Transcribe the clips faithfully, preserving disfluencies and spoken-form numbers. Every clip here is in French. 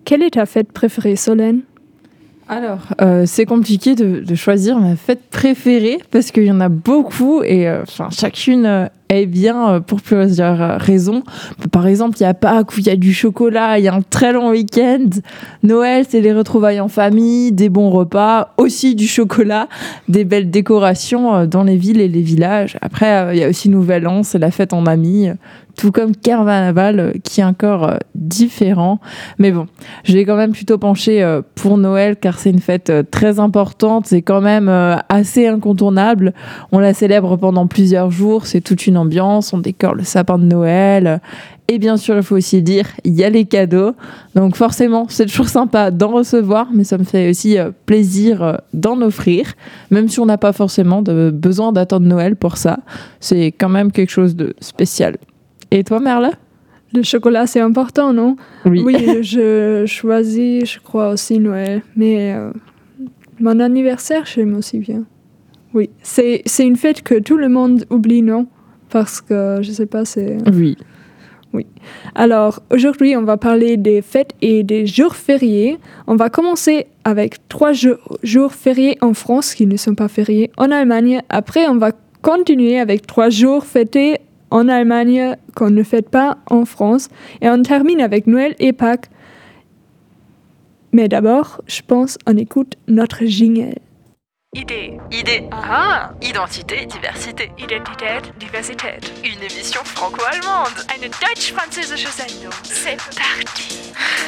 quelle est ta fête préférée, Solène? Alors, euh, c'est compliqué de, de choisir ma fête préférée parce qu'il y en a beaucoup et euh, chacune euh, est bien euh, pour plusieurs euh, raisons. Par exemple, il y a Pâques où il y a du chocolat, il y a un très long week-end. Noël, c'est les retrouvailles en famille, des bons repas, aussi du chocolat, des belles décorations euh, dans les villes et les villages. Après, euh, il y a aussi Nouvel An, c'est la fête en amis. Tout comme Carnaval, euh, qui est encore euh, différent. Mais bon, je vais quand même plutôt pencher euh, pour Noël, car c'est une fête euh, très importante. C'est quand même euh, assez incontournable. On la célèbre pendant plusieurs jours. C'est toute une ambiance. On décore le sapin de Noël. Et bien sûr, il faut aussi dire, il y a les cadeaux. Donc forcément, c'est toujours sympa d'en recevoir, mais ça me fait aussi euh, plaisir euh, d'en offrir. Même si on n'a pas forcément de besoin d'attendre Noël pour ça. C'est quand même quelque chose de spécial. Et toi, Merle? Le chocolat, c'est important, non? Oui. Oui, je choisis, je crois aussi Noël. Mais euh, mon anniversaire, j'aime aussi bien. Oui, c'est, c'est une fête que tout le monde oublie, non? Parce que, je sais pas, c'est... Oui. Oui. Alors, aujourd'hui, on va parler des fêtes et des jours fériés. On va commencer avec trois jours, jours fériés en France qui ne sont pas fériés en Allemagne. Après, on va continuer avec trois jours fêtés en Allemagne qu'on ne fête pas en France. Et on termine avec Noël et Pâques. Mais d'abord, je pense on écoute notre jingle. Idée. Idée. Ah, identité, diversité. Identität, Diversität. Une émission franco-allemande. Eine deutsch-französische Sendung. C'est parti.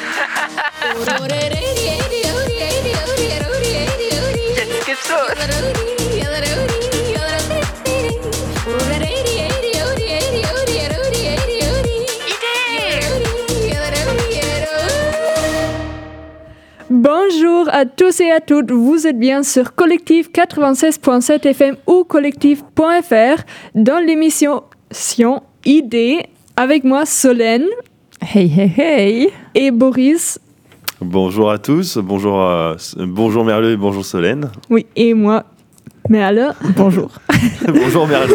Jetzt geht's los. Bonjour à tous et à toutes, vous êtes bien sur Collectif quatre-vingt-seize virgule sept F M ou collectif point F R dans l'émission Sion Idée avec moi Solène. Hey hey hey. Et Boris. Bonjour à tous, bonjour, à, bonjour Merle et bonjour Solène. Oui, et moi, Merle. Bonjour. Bonjour Merle.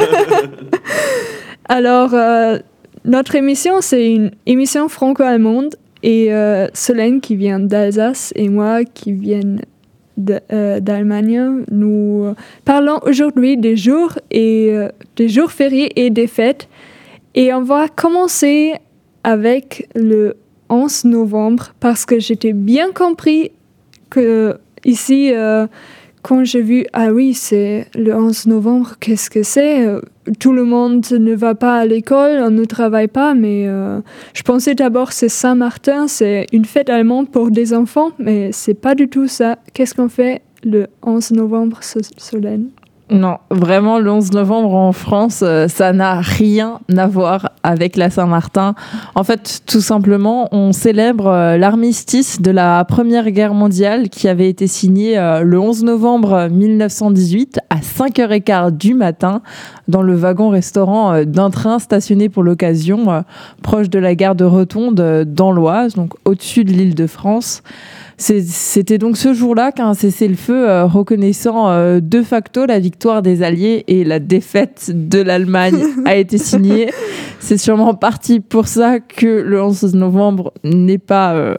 Alors, euh, notre émission, c'est une émission franco-allemande. Et euh, Solène qui vient d'Alsace et moi qui viens de, euh, d'Allemagne, nous parlons aujourd'hui des jours, et, euh, des jours fériés et des fêtes. Et on va commencer avec le onze novembre parce que j'étais bien compris que ici, euh, quand j'ai vu, ah oui, c'est le onze novembre, qu'est-ce que c'est? Tout le monde ne va pas à l'école, on ne travaille pas, mais euh, je pensais d'abord c'est Saint-Martin, c'est une fête allemande pour des enfants, mais c'est pas du tout ça. Qu'est-ce qu'on fait le onze novembre, Solène? Non, vraiment, le onze novembre en France, euh, ça n'a rien à voir avec la Saint-Martin. En fait, tout simplement, on célèbre euh, l'armistice de la Première Guerre mondiale qui avait été signé euh, le onze novembre mille neuf cent dix-huit à cinq heures quinze du matin dans le wagon-restaurant euh, d'un train stationné pour l'occasion euh, proche de la gare de Rotonde euh, dans l'Oise, donc au-dessus de l'Île-de-France. C'est, c'était donc ce jour-là qu'un cessez-le-feu euh, reconnaissant euh, de facto la victoire des Alliés et la défaite de l'Allemagne a été signé. C'est sûrement parti pour ça que le onze novembre n'est pas euh,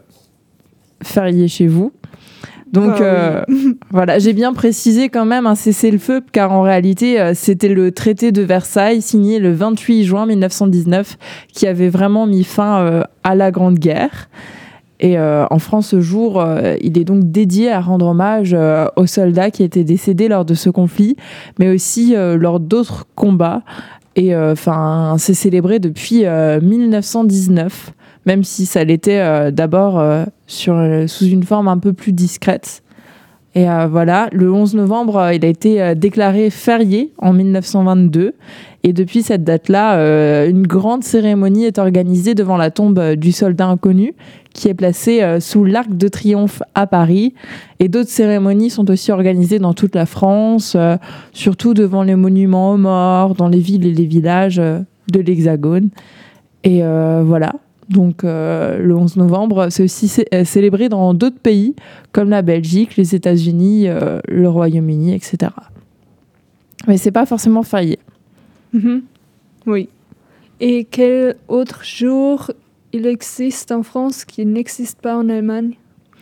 férié chez vous. Donc ah, euh, oui. Voilà, j'ai bien précisé quand même un cessez-le-feu car en réalité euh, c'était le traité de Versailles signé le vingt-huit juin mille neuf cent dix-neuf qui avait vraiment mis fin euh, à la Grande Guerre. Et euh, en France, ce jour, euh, il est donc dédié à rendre hommage euh, aux soldats qui étaient décédés lors de ce conflit, mais aussi euh, lors d'autres combats. Et enfin, euh, c'est célébré depuis euh, mille neuf cent dix-neuf, même si ça l'était euh, d'abord euh, sur, euh, sous une forme un peu plus discrète. Et euh, voilà, le onze novembre, euh, il a été euh, déclaré férié en mille neuf cent vingt-deux. Et depuis cette date-là, euh, une grande cérémonie est organisée devant la tombe euh, du soldat inconnu, qui est placée euh, sous l'Arc de Triomphe à Paris. Et d'autres cérémonies sont aussi organisées dans toute la France, euh, surtout devant les monuments aux morts, dans les villes et les villages euh, de l'Hexagone. Et euh, voilà. Donc euh, le onze novembre, c'est aussi c- célébré dans d'autres pays, comme la Belgique, les États-Unis, euh, le Royaume-Uni, et cetera. Mais c'est pas forcément férié. Mm-hmm. Oui. Et quel autre jour il existe en France qui n'existe pas en Allemagne?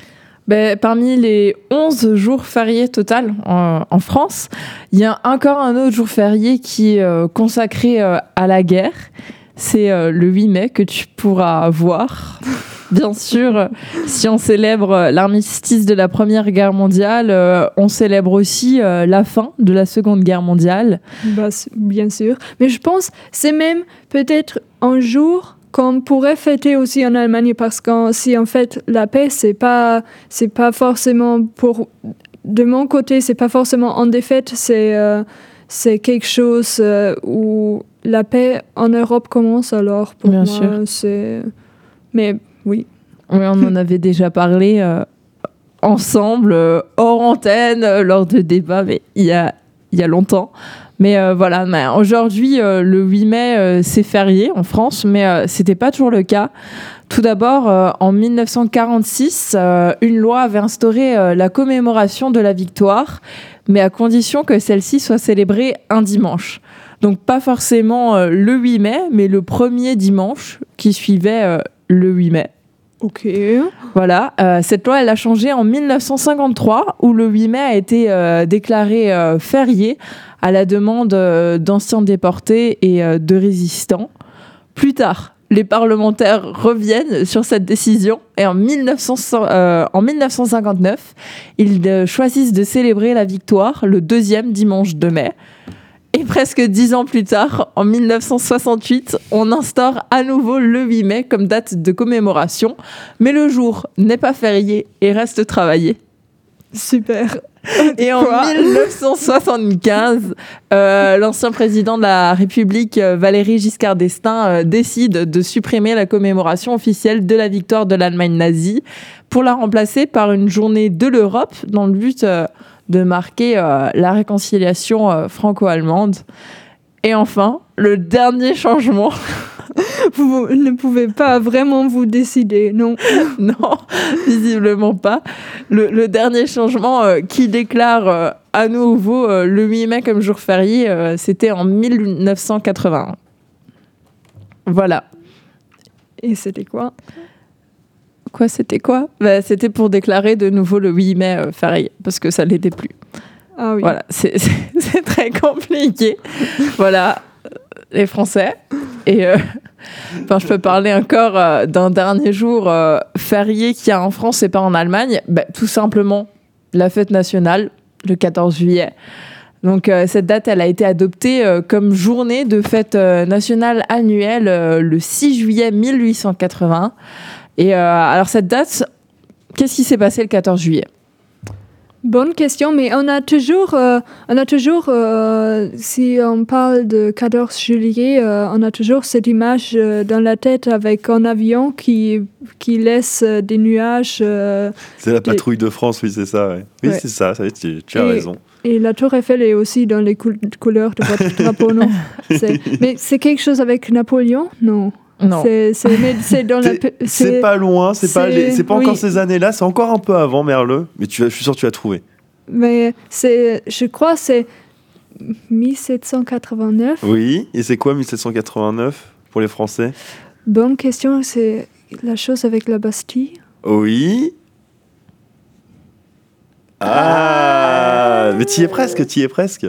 Ben, parmi les onze jours fériés total en, en France, il y a encore un autre jour férié qui est euh, consacré euh, à la guerre. C'est euh, le huit mai que tu pourras voir. Bien sûr, si on célèbre l'armistice de la Première Guerre mondiale, euh, on célèbre aussi euh, la fin de la Seconde Guerre mondiale. Bah, c'est- bien sûr. Mais je pense que c'est même peut-être un jour qu'on pourrait fêter aussi en Allemagne parce que si en fait la paix, c'est pas, c'est pas forcément pour. De mon côté, c'est pas forcément en défaite, c'est, euh, c'est quelque chose euh, où la paix en Europe commence alors pour Bien moi. sûr. C'est. Mais oui. Oui, on en avait déjà parlé euh, ensemble, euh, hors antenne, euh, lors de débats, mais il y a, il y a longtemps. Mais euh, voilà, mais aujourd'hui, euh, le huit mai, euh, c'est férié en France, mais euh, c'était pas toujours le cas. Tout d'abord, euh, en mille neuf cent quarante-six, euh, une loi avait instauré euh, la commémoration de la victoire, mais à condition que celle-ci soit célébrée un dimanche. Donc pas forcément euh, le huit mai, mais le premier dimanche qui suivait euh, le huit mai. Ok. Voilà, euh, cette loi, elle a changé en mille neuf cent cinquante-trois, où le huit mai a été euh, déclaré euh, férié à la demande euh, d'anciens déportés et euh, de résistants. Plus tard, les parlementaires reviennent sur cette décision et en, mille neuf cents, euh, en mille neuf cent cinquante-neuf, ils euh, choisissent de célébrer la victoire le deuxième dimanche de mai. Et presque dix ans plus tard, en mille neuf cent soixante-huit, on instaure à nouveau le huit mai comme date de commémoration, mais le jour n'est pas férié et reste travaillé. Super. Et en Quoi mille neuf cent soixante-quinze, euh, l'ancien président de la République, euh, Valéry Giscard d'Estaing, euh, décide de supprimer la commémoration officielle de la victoire de l'Allemagne nazie pour la remplacer par une journée de l'Europe dans le but euh, de marquer euh, la réconciliation euh, franco-allemande. Et enfin, le dernier changement, Vous ne pouvez pas vraiment vous décider, non? non, visiblement pas, le, le dernier changement euh, qui déclare euh, à nouveau euh, le huit mai comme jour férié, euh, c'était en mille neuf cent quatre-vingt-un. Voilà. Et c'était quoi? Quoi, c'était quoi? Bah, c'était pour déclarer de nouveau le huit mai euh, férié, parce que ça ne l'était plus. Ah oui. Voilà, c'est, c'est, c'est très compliqué. Voilà, les Français. Et euh, enfin, je peux parler encore euh, d'un dernier jour euh, férié qu'il y a en France et pas en Allemagne. Bah, tout simplement, la fête nationale, le quatorze juillet. Donc, euh, cette date, elle a été adoptée euh, comme journée de fête euh, nationale annuelle euh, le six juillet mille huit cent quatre-vingts. Et euh, alors, cette date, qu'est-ce qui s'est passé le quatorze juillet? Bonne question, mais on a toujours, euh, on a toujours euh, si on parle de quatorze juillet, euh, on a toujours cette image euh, dans la tête avec un avion qui, qui laisse euh, des nuages. euh, C'est la patrouille de France, oui, c'est ça. Ouais. Oui, Ouais. c'est ça, ça y est, tu, tu as Et- raison. et la tour Eiffel est aussi dans les coul- couleurs de votre drapeau, non? C'est- Mais c'est quelque chose avec Napoléon? Non. Non. C'est, c'est, mais c'est dans la... C'est- pe- C'est pas loin, c'est pas, c'est- les- c'est pas encore oui. ces années-là, c'est encore un peu avant, Merle. Mais tu, vas- je suis sûr que tu as trouvé. Mais c'est, je crois que c'est mille sept cent quatre-vingt-neuf. Oui, et c'est quoi mille sept cent quatre-vingt-neuf pour les Français? Bonne question, c'est la chose avec la Bastille. Oui. Ah, mais tu y es presque, tu y es presque.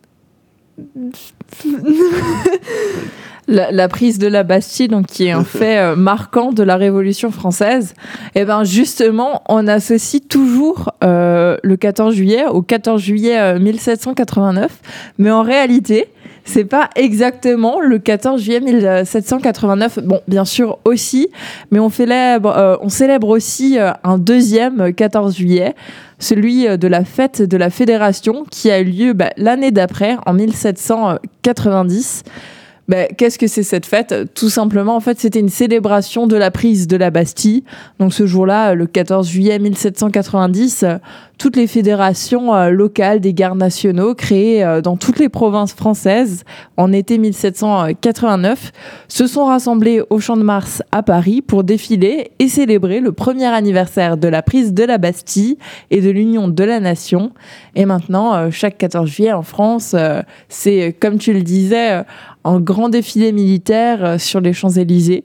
La, la prise de la Bastille, donc, qui est un fait euh, marquant de la Révolution française, et ben justement, on associe toujours euh, le quatorze juillet au quatorze juillet euh, mille sept cent quatre-vingt-neuf, mais en réalité, c'est pas exactement le quatorze juillet mille sept cent quatre-vingt-neuf. Bon, bien sûr aussi, mais on célèbre, euh, on célèbre aussi euh, un deuxième quatorze juillet, celui euh, de la fête de la Fédération, qui a eu lieu bah, l'année d'après, en mille sept cent quatre-vingt-dix. Ben, qu'est-ce que c'est cette fête? Tout simplement, en fait, c'était une célébration de la prise de la Bastille. Donc ce jour-là, le quatorze juillet mille sept cent quatre-vingt-dix, euh, toutes les fédérations euh, locales des gardes nationaux créées euh, dans toutes les provinces françaises en été mille sept cent quatre-vingt-neuf se sont rassemblées au Champ de Mars à Paris pour défiler et célébrer le premier anniversaire de la prise de la Bastille et de l'union de la nation. Et maintenant, euh, chaque quatorze juillet en France, euh, c'est, comme tu le disais, euh, un grand défilé militaire euh, sur les Champs-Élysées.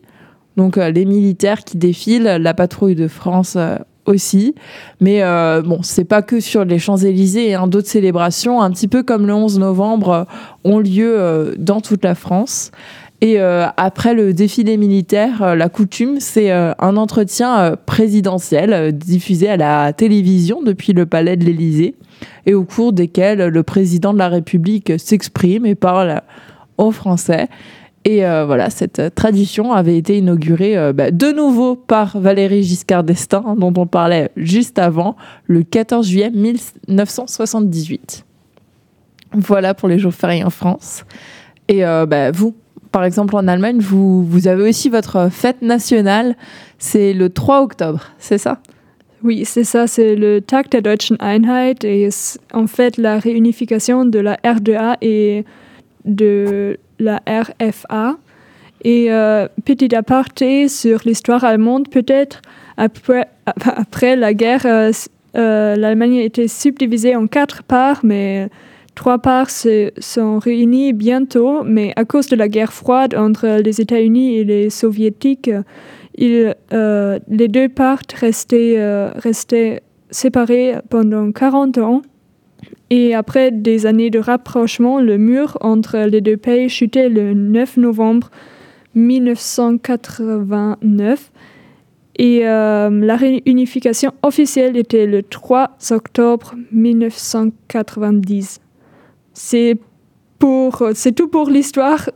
Donc euh, les militaires qui défilent, la patrouille de France euh, aussi. Mais euh, bon, c'est pas que sur les Champs-Élysées, hein, d'autres célébrations, un petit peu comme le onze novembre, euh, ont lieu euh, dans toute la France. Et euh, après le défilé militaire, euh, la coutume, c'est euh, un entretien euh, présidentiel euh, diffusé à la télévision depuis le palais de l'Élysée et au cours desquels le président de la République s'exprime et parle aux Français. Et euh, voilà, cette tradition avait été inaugurée euh, bah, de nouveau par Valéry Giscard d'Estaing, dont on parlait juste avant, le quatorze juillet mille neuf cent soixante-dix-huit. Voilà pour les jours fériés en France. Et euh, bah, vous, par exemple en Allemagne, vous, vous avez aussi votre fête nationale, c'est le trois octobre, c'est ça ? Oui, c'est ça, c'est le Tag der Deutschen Einheit et c'est en fait la réunification de la R deux A et de la R F A. Et euh, petit aparté sur l'histoire allemande, peut-être après, après la guerre, euh, euh, l'Allemagne a été subdivisée en quatre parts, mais trois parts se sont réunies bientôt. Mais à cause de la guerre froide entre les États-Unis et les Soviétiques, il, euh, les deux parts restaient, euh, restaient séparées pendant quarante ans. Et après des années de rapprochement, le mur entre les deux pays chutait le neuf novembre mille neuf cent quatre-vingt-neuf. Et euh, la réunification officielle était le trois octobre mille neuf cent quatre-vingt-dix. C'est, pour, c'est tout pour l'histoire.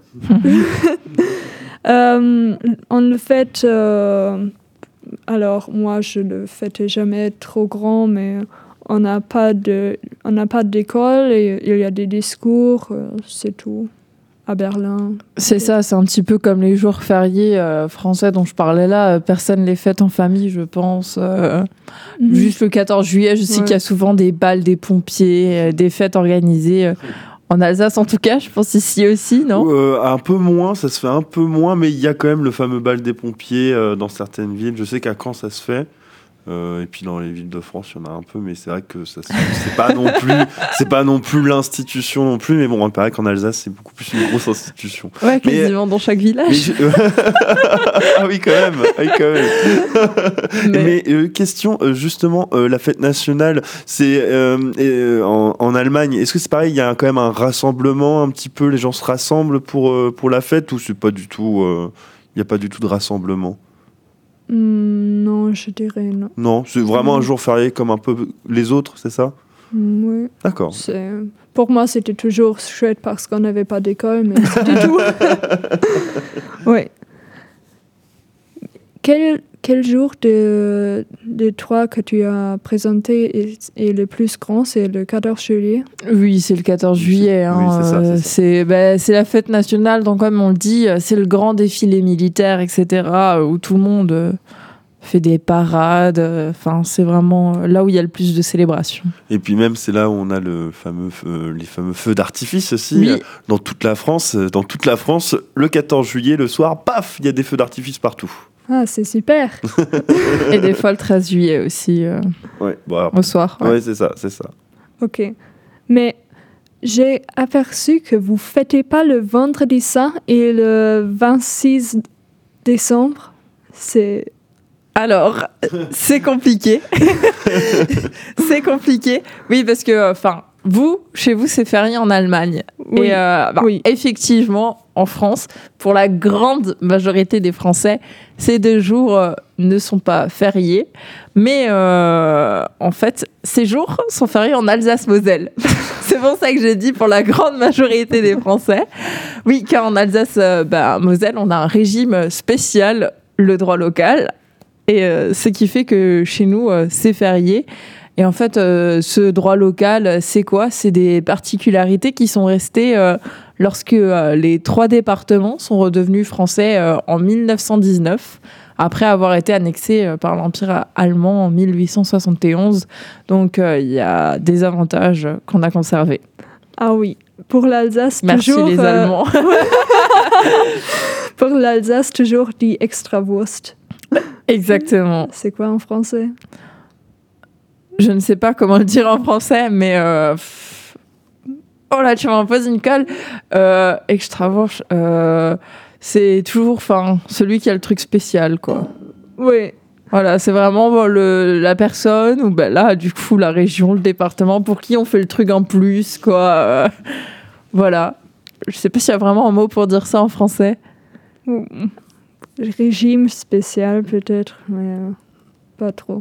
euh, on le fête... Euh, alors, moi, je ne le fêtais jamais trop grand, mais... On n'a pas de, on n'a pas d'école et il y a des discours, euh, c'est tout, à Berlin. C'est ça, c'est un petit peu comme les jours fériés euh, français dont je parlais là. Personne les fête en famille, je pense. Euh, mm-hmm. Juste le quatorze juillet, je sais ouais. qu'il y a souvent des balles des pompiers, euh, des fêtes organisées. Euh, en Alsace, en tout cas, je pense ici aussi, non ? euh, Un peu moins, ça se fait un peu moins, mais il y a quand même le fameux bal des pompiers euh, dans certaines villes. Je sais qu'à Caen, ça se fait. Euh, et puis dans les villes de France, il y en a un peu, mais c'est vrai que ça, c'est pas non plus, c'est pas non plus l'institution non plus. Mais bon, il paraît qu'en Alsace, c'est beaucoup plus une grosse institution. Ouais, quasiment mais, dans chaque village. Je... ah oui, quand même. Oui, quand même. mais mais euh, question, euh, justement, euh, la fête nationale, c'est euh, euh, en, en Allemagne. Est-ce que c'est pareil ? Il y a quand même un rassemblement, un petit peu. Les gens se rassemblent pour euh, pour la fête, ou c'est pas du tout. Il euh, n'y a pas du tout de rassemblement. Mm, non, je dirais non. Non, c'est vraiment mm. un jour férié comme un peu les autres, c'est ça ? mm, Oui. D'accord. C'est... Pour moi, c'était toujours chouette parce qu'on n'avait pas d'école, mais c'était tout. Oui. Quel, quel jour de, de trois que tu as présenté est, est le plus grand ? C'est le quatorze juillet ? Oui, c'est le quatorze juillet. Hein. Oui, c'est ça. C'est, ça. C'est, bah, c'est la fête nationale, donc comme on le dit, c'est le grand défilé militaire, et cetera, où tout le monde fait des parades. Enfin, c'est vraiment là où il y a le plus de célébrations. Et puis même, c'est là où on a le fameux feu, les fameux feux d'artifice aussi. Oui. Euh, dans toute la France, dans toute la France, le quatorze juillet, le soir, paf, il y a des feux d'artifice partout. Ah, c'est super. Et des fois le treize juillet aussi, euh, ouais, bon, alors, au soir. Ouais. ouais, c'est ça, c'est ça. Ok. Mais j'ai aperçu que vous ne fêtez pas le vendredi saint et le vingt-six décembre. C'est... Alors, c'est compliqué. c'est compliqué. Oui, parce que, enfin, vous, chez vous, c'est férié en Allemagne. Oui. Et euh, bah, oui. Effectivement, en France, pour la grande majorité des Français, ces deux jours euh, ne sont pas fériés. Mais euh, en fait, ces jours sont fériés en Alsace-Moselle. C'est pour ça que j'ai dit pour la grande majorité des Français. Oui, car en Alsace-Moselle, bah, on a un régime spécial, le droit local. Et euh, ce qui fait que chez nous, euh, c'est férié. Et en fait, euh, ce droit local, c'est quoi ? C'est des particularités qui sont restées euh, lorsque euh, les trois départements sont redevenus français euh, en mille neuf cent dix-neuf, après avoir été annexés euh, par l'Empire allemand en mille huit cent soixante et onze. Donc, il euh, y a des avantages qu'on a conservés. Ah oui, pour l'Alsace, Merci toujours... les euh... Allemands. Pour l'Alsace, toujours die Extrawurst. Exactement. C'est quoi en français ? Je ne sais pas comment le dire en français, mais... Euh... Oh là, tu m'en poses une colle. Euh, Extrawurst, euh... c'est toujours, enfin, celui qui a le truc spécial, quoi. Oui. Voilà, c'est vraiment bon, le, la personne, ou ben là, du coup, la région, le département, pour qui on fait le truc en plus, quoi. Euh, voilà. Je sais pas s'il y a vraiment un mot pour dire ça en français. Régime spécial, peut-être, mais euh, pas trop.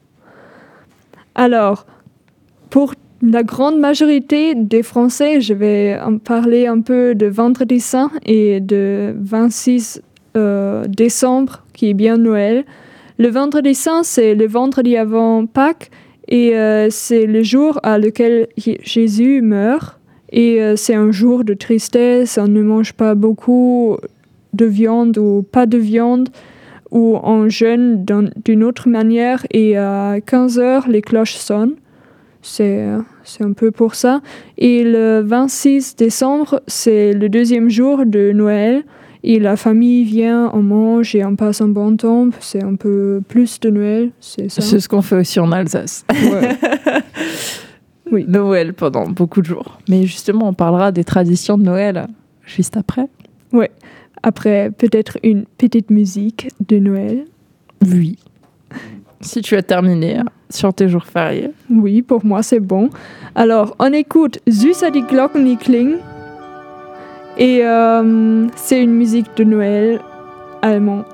Alors, pour la grande majorité des Français, je vais en parler un peu de Vendredi Saint et de vingt-six euh, décembre, qui est bien Noël. Le Vendredi Saint, c'est le vendredi avant Pâques et euh, c'est le jour à lequel Jésus meurt. Et euh, c'est un jour de tristesse, on ne mange pas beaucoup de viande ou pas de viande, ou on jeûne d'une autre manière et à quinze heures, les cloches sonnent. C'est, c'est un peu pour ça. Et le vingt-six décembre, c'est le deuxième jour de Noël. Et la famille vient, on mange et on passe un bon temps. C'est un peu plus de Noël, c'est ça. C'est ce qu'on fait aussi en Alsace. Ouais. Oui. Noël pendant beaucoup de jours. Mais justement, on parlera des traditions de Noël juste après. Oui. Après, peut-être une petite musique de Noël. Oui. Si tu as terminé sur tes jours fériés. Oui, pour moi, c'est bon. Alors, on écoute Süßer die Glocken die klingen. Et euh, c'est une musique de Noël allemande.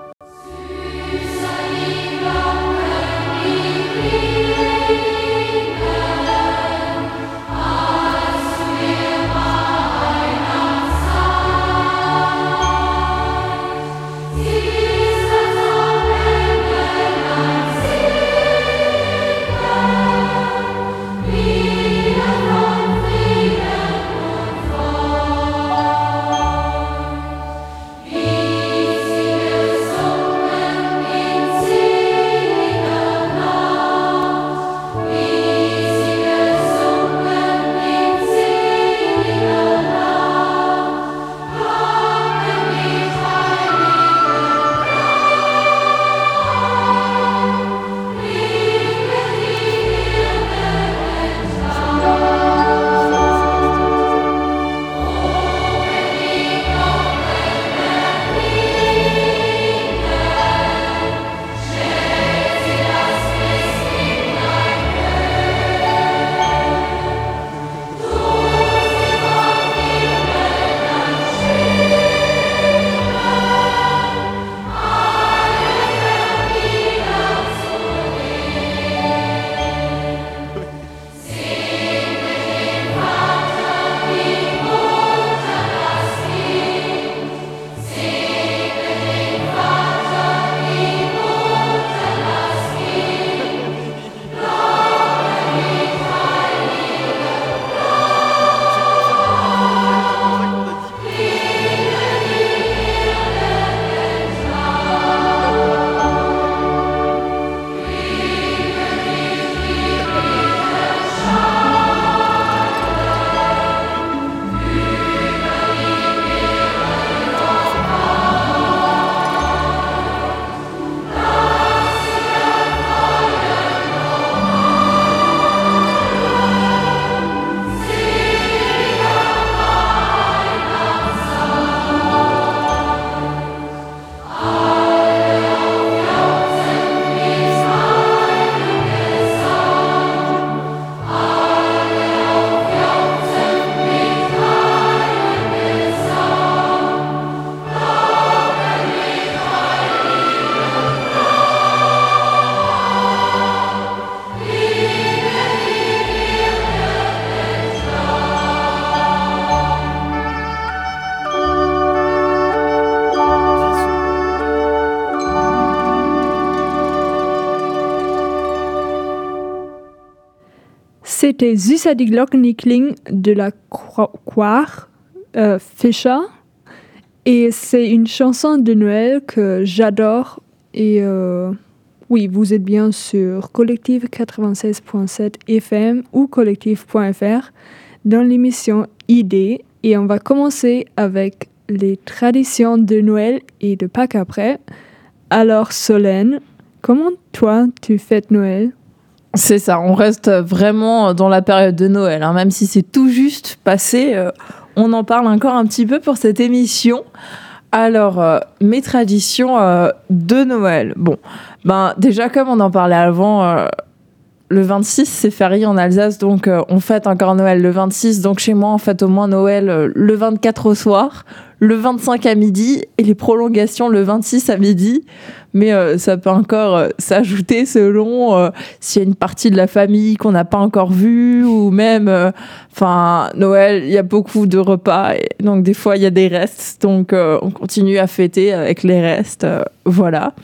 C'était Süßer die Glocken die klingen de la Chor euh, Fischer. Et c'est une chanson de Noël que j'adore. Et euh, oui, vous êtes bien sur Collectif quatre-vingt-seize point sept F M ou collectif point F R dans l'émission Idées. Et on va commencer avec les traditions de Noël et de Pâques après. Alors Solène, comment toi tu fêtes Noël ? C'est ça, on reste vraiment dans la période de Noël, hein, même si c'est tout juste passé, euh, on en parle encore un petit peu pour cette émission. Alors, euh, mes traditions euh, de Noël. Bon, ben déjà comme on en parlait avant, euh, le vingt-six c'est férié en Alsace, donc euh, on fête encore Noël le vingt-six. Donc chez moi, on fête au moins Noël euh, le vingt-quatre au soir, le vingt-cinq à midi et les prolongations le vingt-six à midi. Mais euh, ça peut encore euh, s'ajouter selon euh, s'il y a une partie de la famille qu'on n'a pas encore vue ou même, enfin, euh, Noël, il y a beaucoup de repas, et donc des fois il y a des restes, donc euh, on continue à fêter avec les restes, euh, voilà.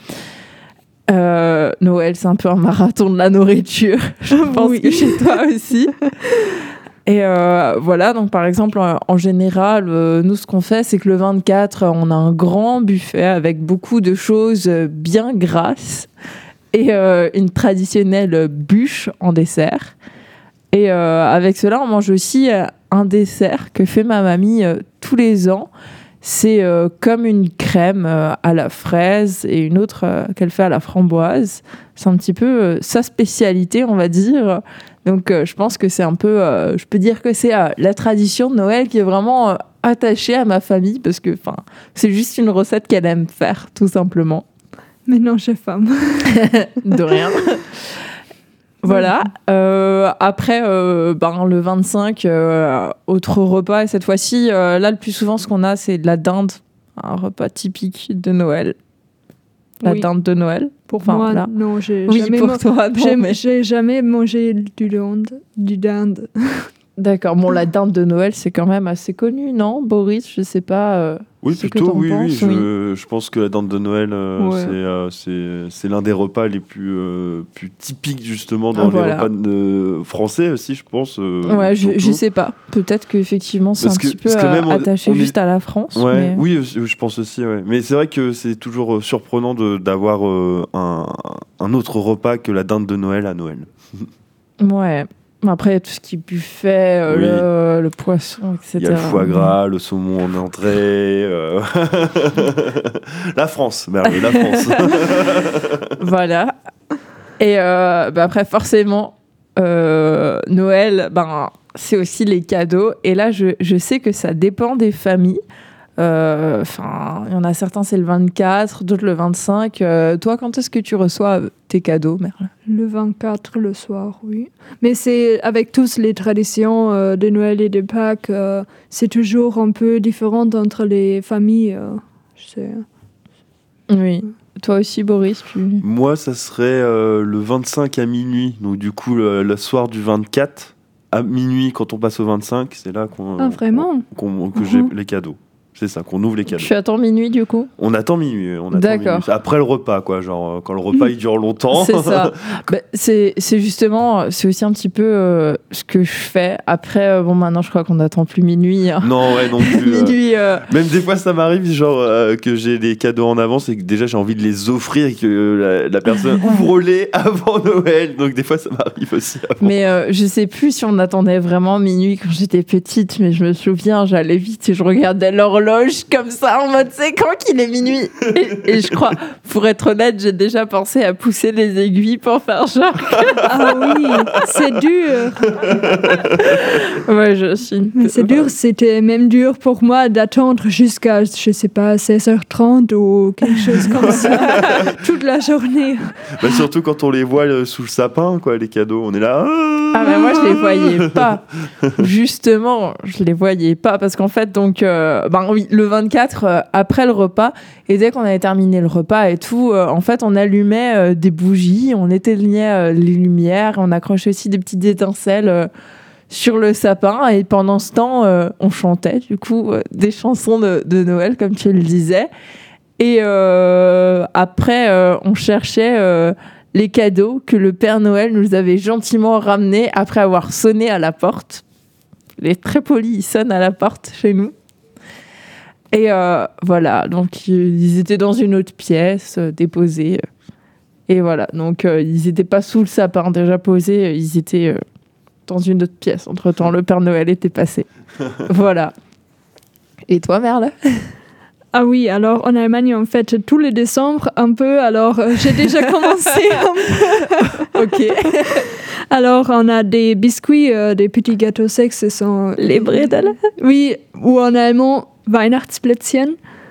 Euh, Noël, c'est un peu un marathon de la nourriture, je pense Oui. que chez toi aussi. Et euh, voilà, donc par exemple, en, en général, euh, nous, ce qu'on fait, c'est que le vingt-quatre, on a un grand buffet avec beaucoup de choses bien grasses et euh, une traditionnelle bûche en dessert. Et euh, avec cela, on mange aussi euh, un dessert que fait ma mamie euh, tous les ans. C'est euh, comme une crème euh, à la fraise et une autre euh, qu'elle fait à la framboise. C'est un petit peu euh, sa spécialité, on va dire. Donc, euh, je pense que c'est un peu... Euh, je peux dire que c'est euh, la tradition de Noël qui est vraiment euh, attachée à ma famille parce que c'est juste une recette qu'elle aime faire, tout simplement. Maintenant, j'ai faim. De rien. Voilà. Euh, après, euh, ben, le vingt-cinq, euh, autre repas. Et cette fois-ci, euh, là, le plus souvent, ce qu'on a, c'est de la dinde. Un repas typique de Noël. La Oui. dinde de Noël. Pour Enfin, moi, là. non, j'ai Oui, jamais, pour man- toi, non, j'ai, mais- j'ai jamais mangé du dinde. Du dinde. D'accord. Bon, la dinde de Noël, c'est quand même assez connu, non, Boris? Je sais pas. euh, Oui, ce que plutôt, t'en oui, oui. penses, Je, je pense que la dinde de Noël, euh, Ouais. c'est, euh, c'est, c'est l'un des repas les plus, euh, plus typiques, justement, dans Ah, les voilà. repas de- français aussi, je pense. euh, Ouais, je, je surtout. sais pas. Peut-être qu'effectivement, c'est Parce un que- petit peu parce que même euh, on- attaché on est- juste à la France. Ouais, mais- oui, euh, je pense aussi. Ouais. Mais c'est vrai que c'est toujours euh, surprenant de, d'avoir euh, un, un autre repas que la dinde de Noël à Noël. Ouais. Après, il y a tout ce qui est buffet, euh, Oui. le, le poisson, et cetera. Il y a le foie gras, le saumon en entrée. euh. La France, Merle, la France. Voilà. Et euh, bah après, forcément, euh, Noël, ben, c'est aussi les cadeaux. Et là, je, je sais que ça dépend des familles. Enfin, il y en a certains, c'est le vingt-quatre, d'autres le vingt-cinq. Euh, toi, quand est-ce que tu reçois tes cadeaux, Merle? Le vingt-quatre, le soir, oui. Mais c'est avec toutes les traditions euh, de Noël et de Pâques, euh, c'est toujours un peu différent entre les familles. euh, c'est- Oui. Toi aussi, Boris, tu... Moi, ça serait euh, le vingt-cinq à minuit. Donc, du coup, le, le soir du vingt-quatre à minuit, quand on passe au vingt-cinq, c'est là qu'on, Ah, vraiment? qu'on- que j'ai Mhm. les cadeaux. C'est ça, qu'on ouvre les cadeaux. Tu attends minuit, du coup? On attend minuit. On attend D'accord. minuit. Après le repas, quoi. Genre, euh, quand le repas il dure longtemps. C'est ça. Bah, c'est, c'est justement, c'est aussi un petit peu euh, ce que je fais. Après, euh, bon, maintenant, je crois qu'on n'attend plus minuit. hein. Non, ouais, non plus. euh. Minuit, euh, Même des fois, ça m'arrive, genre, euh, que j'ai des cadeaux en avance et que déjà j'ai envie de les offrir et que euh, la, la personne ouvre-les avant Noël. Donc, des fois, ça m'arrive aussi avant. mais euh, je sais plus si on attendait vraiment minuit quand j'étais petite, mais je me souviens, j'allais vite et je regardais l'horloge comme ça en mode c'est quand qu'il est minuit. Et, et je crois, pour être honnête, j'ai déjà pensé à pousser les aiguilles pour faire genre. Ah oui, c'est dur. Ouais, je suis. Mais c'est dur, c'était même dur pour moi d'attendre jusqu'à, je sais pas, seize heures trente ou quelque chose comme ça, toute la journée. Bah, surtout quand on les voit euh, sous le sapin, quoi, les cadeaux. On est là. Ah mais moi je les voyais pas. Justement, je les voyais pas parce qu'en fait donc euh, ben oui, le vingt-quatre euh, après le repas et dès qu'on avait terminé le repas et tout, euh, en fait on allumait euh, des bougies, on éteignait euh, les lumières, on accrochait aussi des petites étincelles euh, sur le sapin et pendant ce temps euh, on chantait du coup euh, des chansons de, de Noël comme tu le disais et euh, après euh, on cherchait euh, les cadeaux que le Père Noël nous avait gentiment ramenés après avoir sonné à la porte. Il est très poli, il sonne à la porte chez nous. Et euh, voilà, donc ils étaient dans une autre pièce, euh, déposés. Et voilà, donc euh, ils n'étaient pas sous le sapin déjà posés, ils étaient euh, dans une autre pièce. Entre-temps, le Père Noël était passé. Voilà. Et toi, Merle? Ah oui, alors en Allemagne, en fait, tous les décembre, un peu, alors euh, j'ai déjà commencé un peu. Ok. Alors, on a des biscuits, euh, des petits gâteaux secs, ce sont... Les bredel. Oui, ou en allemand, Weihnachtsplätzchen.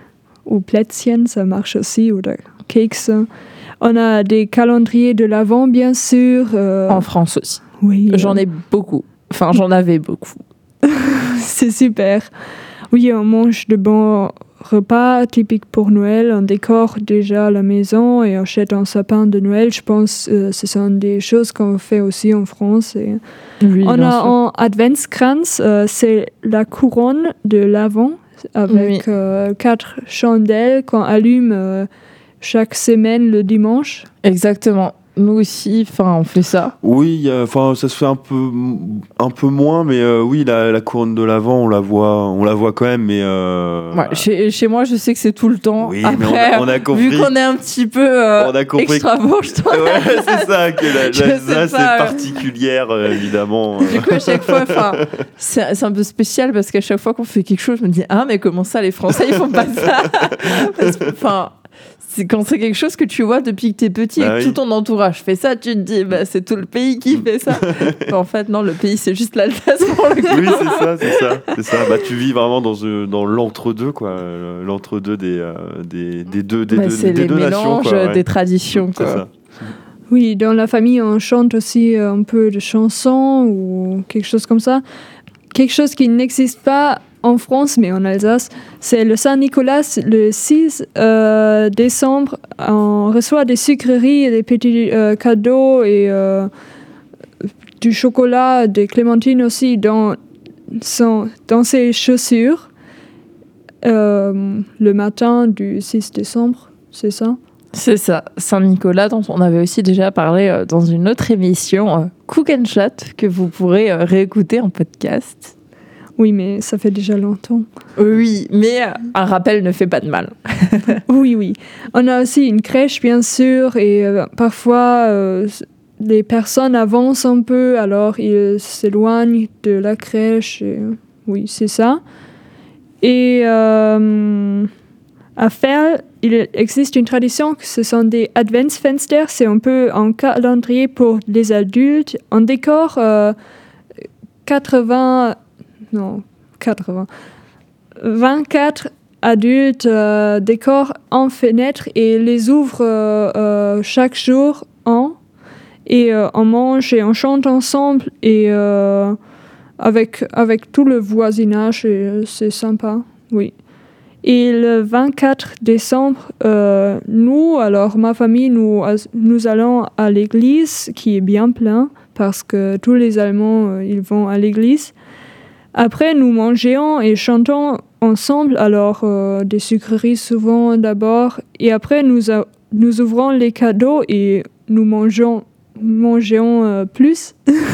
ou Plätzchen, ça marche aussi, ou des Kekse. On a des calendriers de l'Avent, bien sûr. Euh, En France aussi. oui, J'en euh, ai beaucoup. Enfin, j'en avais beaucoup. c'est super. Oui, on mange de bons repas typiques pour Noël. On décore déjà la maison et on achète un sapin de Noël. Je pense que euh, ce sont des choses qu'on fait aussi en France. Et Oui, on bien a sûr. un Adventskranz, euh, c'est la couronne de l'Avent avec Oui. euh, quatre chandelles qu'on allume euh, chaque semaine le dimanche. Exactement. Nous aussi, enfin, on fait ça. Oui, il y a- enfin, ça se fait un peu, un peu moins, mais euh, oui, la, la couronne de l'Avent, on la voit, on la voit quand même, mais. euh, Ouais, chez, chez moi, je sais que c'est tout le temps. Oui, mais Après, on a- on a compris. vu qu'on est un petit peu euh, On a compris que- extravagant, je t'en- Ouais, c'est ça, que la, Je la- sais là, c'est pas. particulière, euh, évidemment. Du coup, à chaque fois, enfin, c'est c'est un peu spécial parce qu'à chaque fois qu'on fait quelque chose, je me dis ah mais comment ça les Français ils font pas ça. Parce que, enfin, c'est quand c'est quelque chose que tu vois depuis que t'es petit et Ah que oui. tout ton entourage fait ça, tu te dis bah c'est tout le pays qui fait ça. Mais en fait non, le pays c'est juste l'Alsace pour le coup. Oui, c'est ça, c'est ça, c'est ça. Bah, tu vis vraiment dans, euh, dans l'entre-deux, quoi. euh, L'entre-deux des, euh, des, des deux, des Bah, deux, c'est des les deux nations, mélanges quoi. ouais. des traditions C'est quoi. ça. Oui, dans la famille, on chante aussi euh, un peu de chansons ou quelque chose comme ça. Quelque chose qui n'existe pas en France, mais en Alsace, c'est le Saint-Nicolas. Le six euh, décembre, on reçoit des sucreries et des petits euh, cadeaux et euh, du chocolat, des clémentines aussi dans, son, dans ses chaussures euh, le matin du six décembre, c'est ça? C'est ça, Saint-Nicolas, dont on avait aussi déjà parlé euh, dans une autre émission, euh, Cook and Chat, que vous pourrez euh, réécouter en podcast. Oui, mais ça fait déjà longtemps. Oui, mais euh, un rappel ne fait pas de mal. Oui, oui. On a aussi une crèche, bien sûr, et euh, parfois, euh, les personnes avancent un peu, alors ils s'éloignent de la crèche. Et, oui, c'est ça. Et euh, à Ferl, il existe une tradition que ce sont des Adventsfenster, c'est un peu un calendrier pour les adultes. On décore euh, quatre-vingts, non, quatre-vingts, vingt-quatre adultes euh, décorent en fenêtre et les ouvrent euh, euh, chaque jour en et euh, on mange et on chante ensemble et euh, avec, avec tout le voisinage et euh, c'est sympa, oui. Et le vingt-quatre décembre, euh, nous, alors ma famille, nous, nous allons à l'église qui est bien plein parce que tous les Allemands, euh, ils vont à l'église. Après, nous mangeons et chantons ensemble, alors euh, des sucreries souvent d'abord. Et après, nous, a- nous ouvrons les cadeaux et nous mangeons, mangeons euh, plus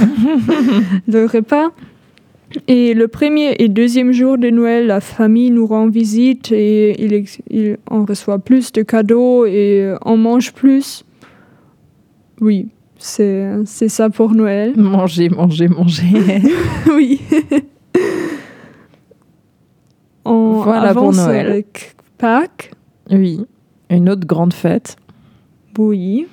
le repas. Et le premier et deuxième jour de Noël, la famille nous rend visite et il, ex- il- on reçoit plus de cadeaux et euh, on mange plus. Oui, c'est, c'est ça pour Noël. Manger, manger, manger. Oui. On Voilà pour avance Noël. avec Pâques. Oui, une autre grande fête. Oui.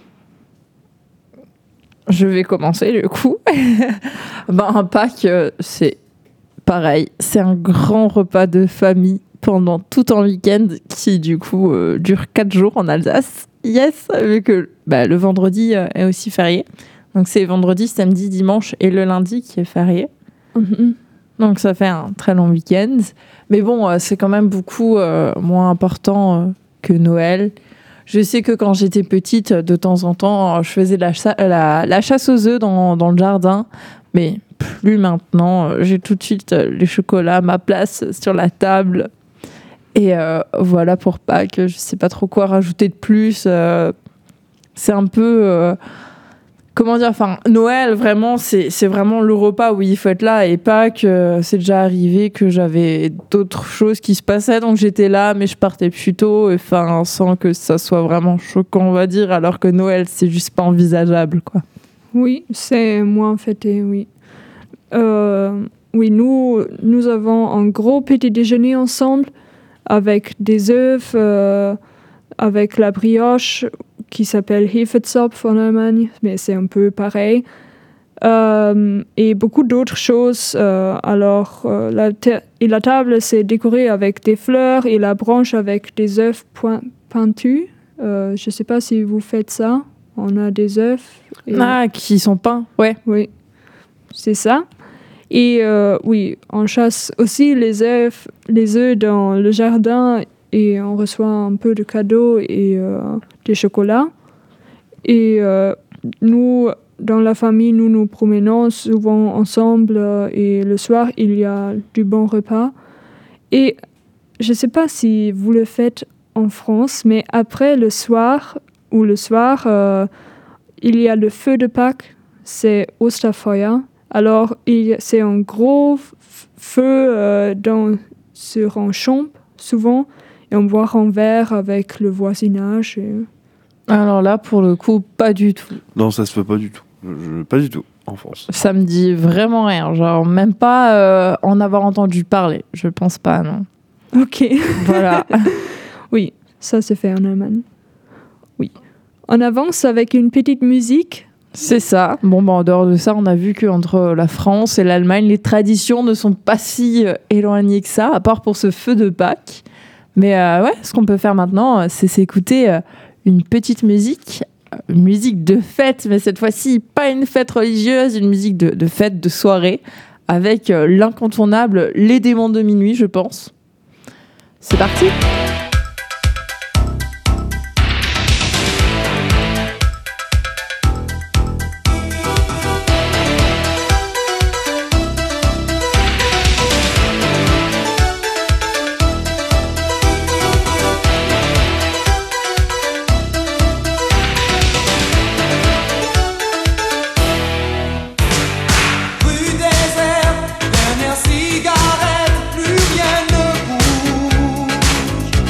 Je vais commencer du coup. Ben, un Pâques, euh, c'est pareil. C'est un grand repas de famille pendant tout un week-end qui du coup euh, dure quatre jours en Alsace. Yes, vu que bah, le vendredi euh, est aussi férié. Donc c'est vendredi, samedi, dimanche et le lundi qui est férié. Mhm. Donc ça fait un très long week-end. Mais bon, euh, c'est quand même beaucoup euh, moins important euh, que Noël. Je sais que quand j'étais petite, de temps en temps, euh, je faisais la, cha- la, la chasse aux œufs dans, dans le jardin. Mais plus maintenant. Euh, J'ai tout de suite euh, les chocolats, ma place sur la table. Et euh, voilà pour Pâques. Je sais pas trop quoi rajouter de plus. Euh, c'est un peu... euh, Comment dire, enfin, Noël, vraiment, c'est, c'est vraiment le repas où il faut être là. Et Pâques, euh, c'est déjà arrivé que j'avais d'autres choses qui se passaient, donc j'étais là, mais je partais plus tôt, enfin, sans que ça soit vraiment choquant, on va dire, alors que Noël, c'est juste pas envisageable, quoi. Oui, c'est moins fêté, oui. Euh, oui, nous, nous avons un gros petit déjeuner ensemble avec des œufs, euh, avec la brioche qui s'appelle Hefezopf en Allemagne, mais c'est un peu pareil. Euh, et beaucoup d'autres choses. Euh, alors, euh, la, te- et la table, c'est décoré avec des fleurs et la branche avec des œufs point- pointus. Euh, je ne sais pas si vous faites ça. On a des œufs. et- Ah, qui sont peints, ouais. Oui, c'est ça. Et euh, oui, on chasse aussi les œufs, les œufs dans le jardin et on reçoit un peu de cadeaux et euh, des chocolats. Et euh, nous, dans la famille, nous nous promenons souvent ensemble euh, et le soir, il y a du bon repas. Et je ne sais pas si vous le faites en France, mais après le soir, ou le soir, euh, il y a le feu de Pâques, c'est Osterfeuer. Alors, il y a- c'est un gros f- feu euh, dans, sur un champ, souvent, et on boit un verre avec le voisinage. et- Alors là, pour le coup, pas du tout. Non, ça se fait pas du tout. Je- je- pas du tout en France. Ça me dit vraiment rien. Genre, même pas euh, en avoir entendu parler. Je pense pas, non. Ok. Voilà. Oui, ça se fait en Allemagne. Oui. On avance avec une petite musique. C'est ça. Bon, bah, en dehors de ça, on a vu qu'entre la France et l'Allemagne, les traditions ne sont pas si euh, éloignées que ça, à part pour ce feu de Pâques. Mais euh, ouais, ce qu'on peut faire maintenant, euh, c'est s'écouter euh, une petite musique. euh, Une musique de fête, mais cette fois-ci, pas une fête religieuse, une musique de, de fête, de soirée, avec euh, l'incontournable Les Démons de Minuit, je pense. C'est parti! Rue déserte, dernière cigarette, plus rien ne bouge.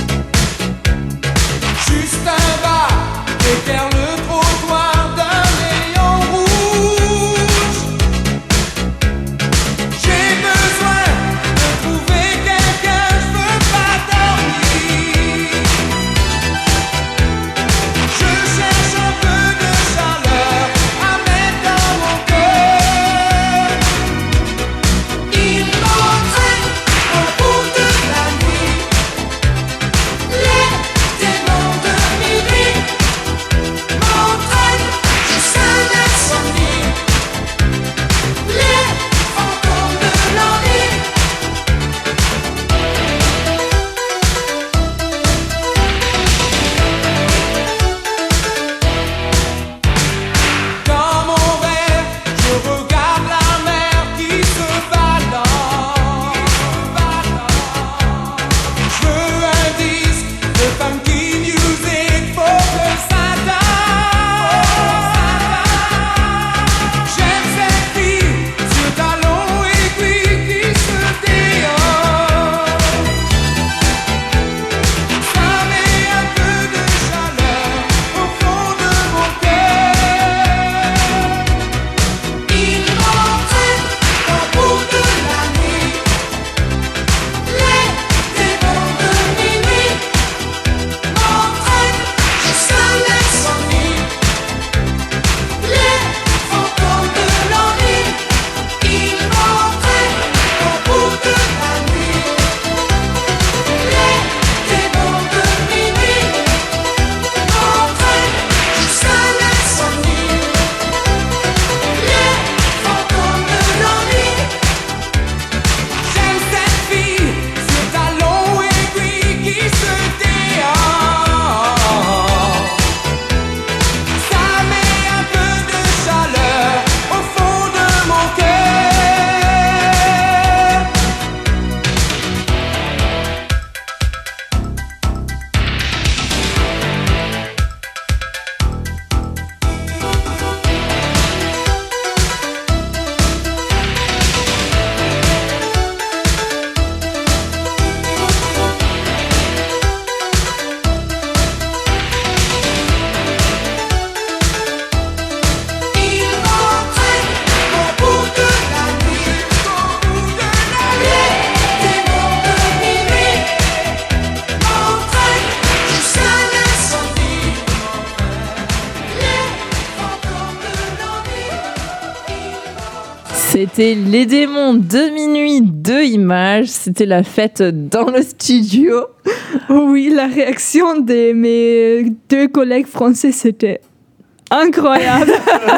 C'était Les Démons de minuit de Images. C'était la fête dans le studio. Oh oui, la réaction de mes deux collègues français, c'était incroyable.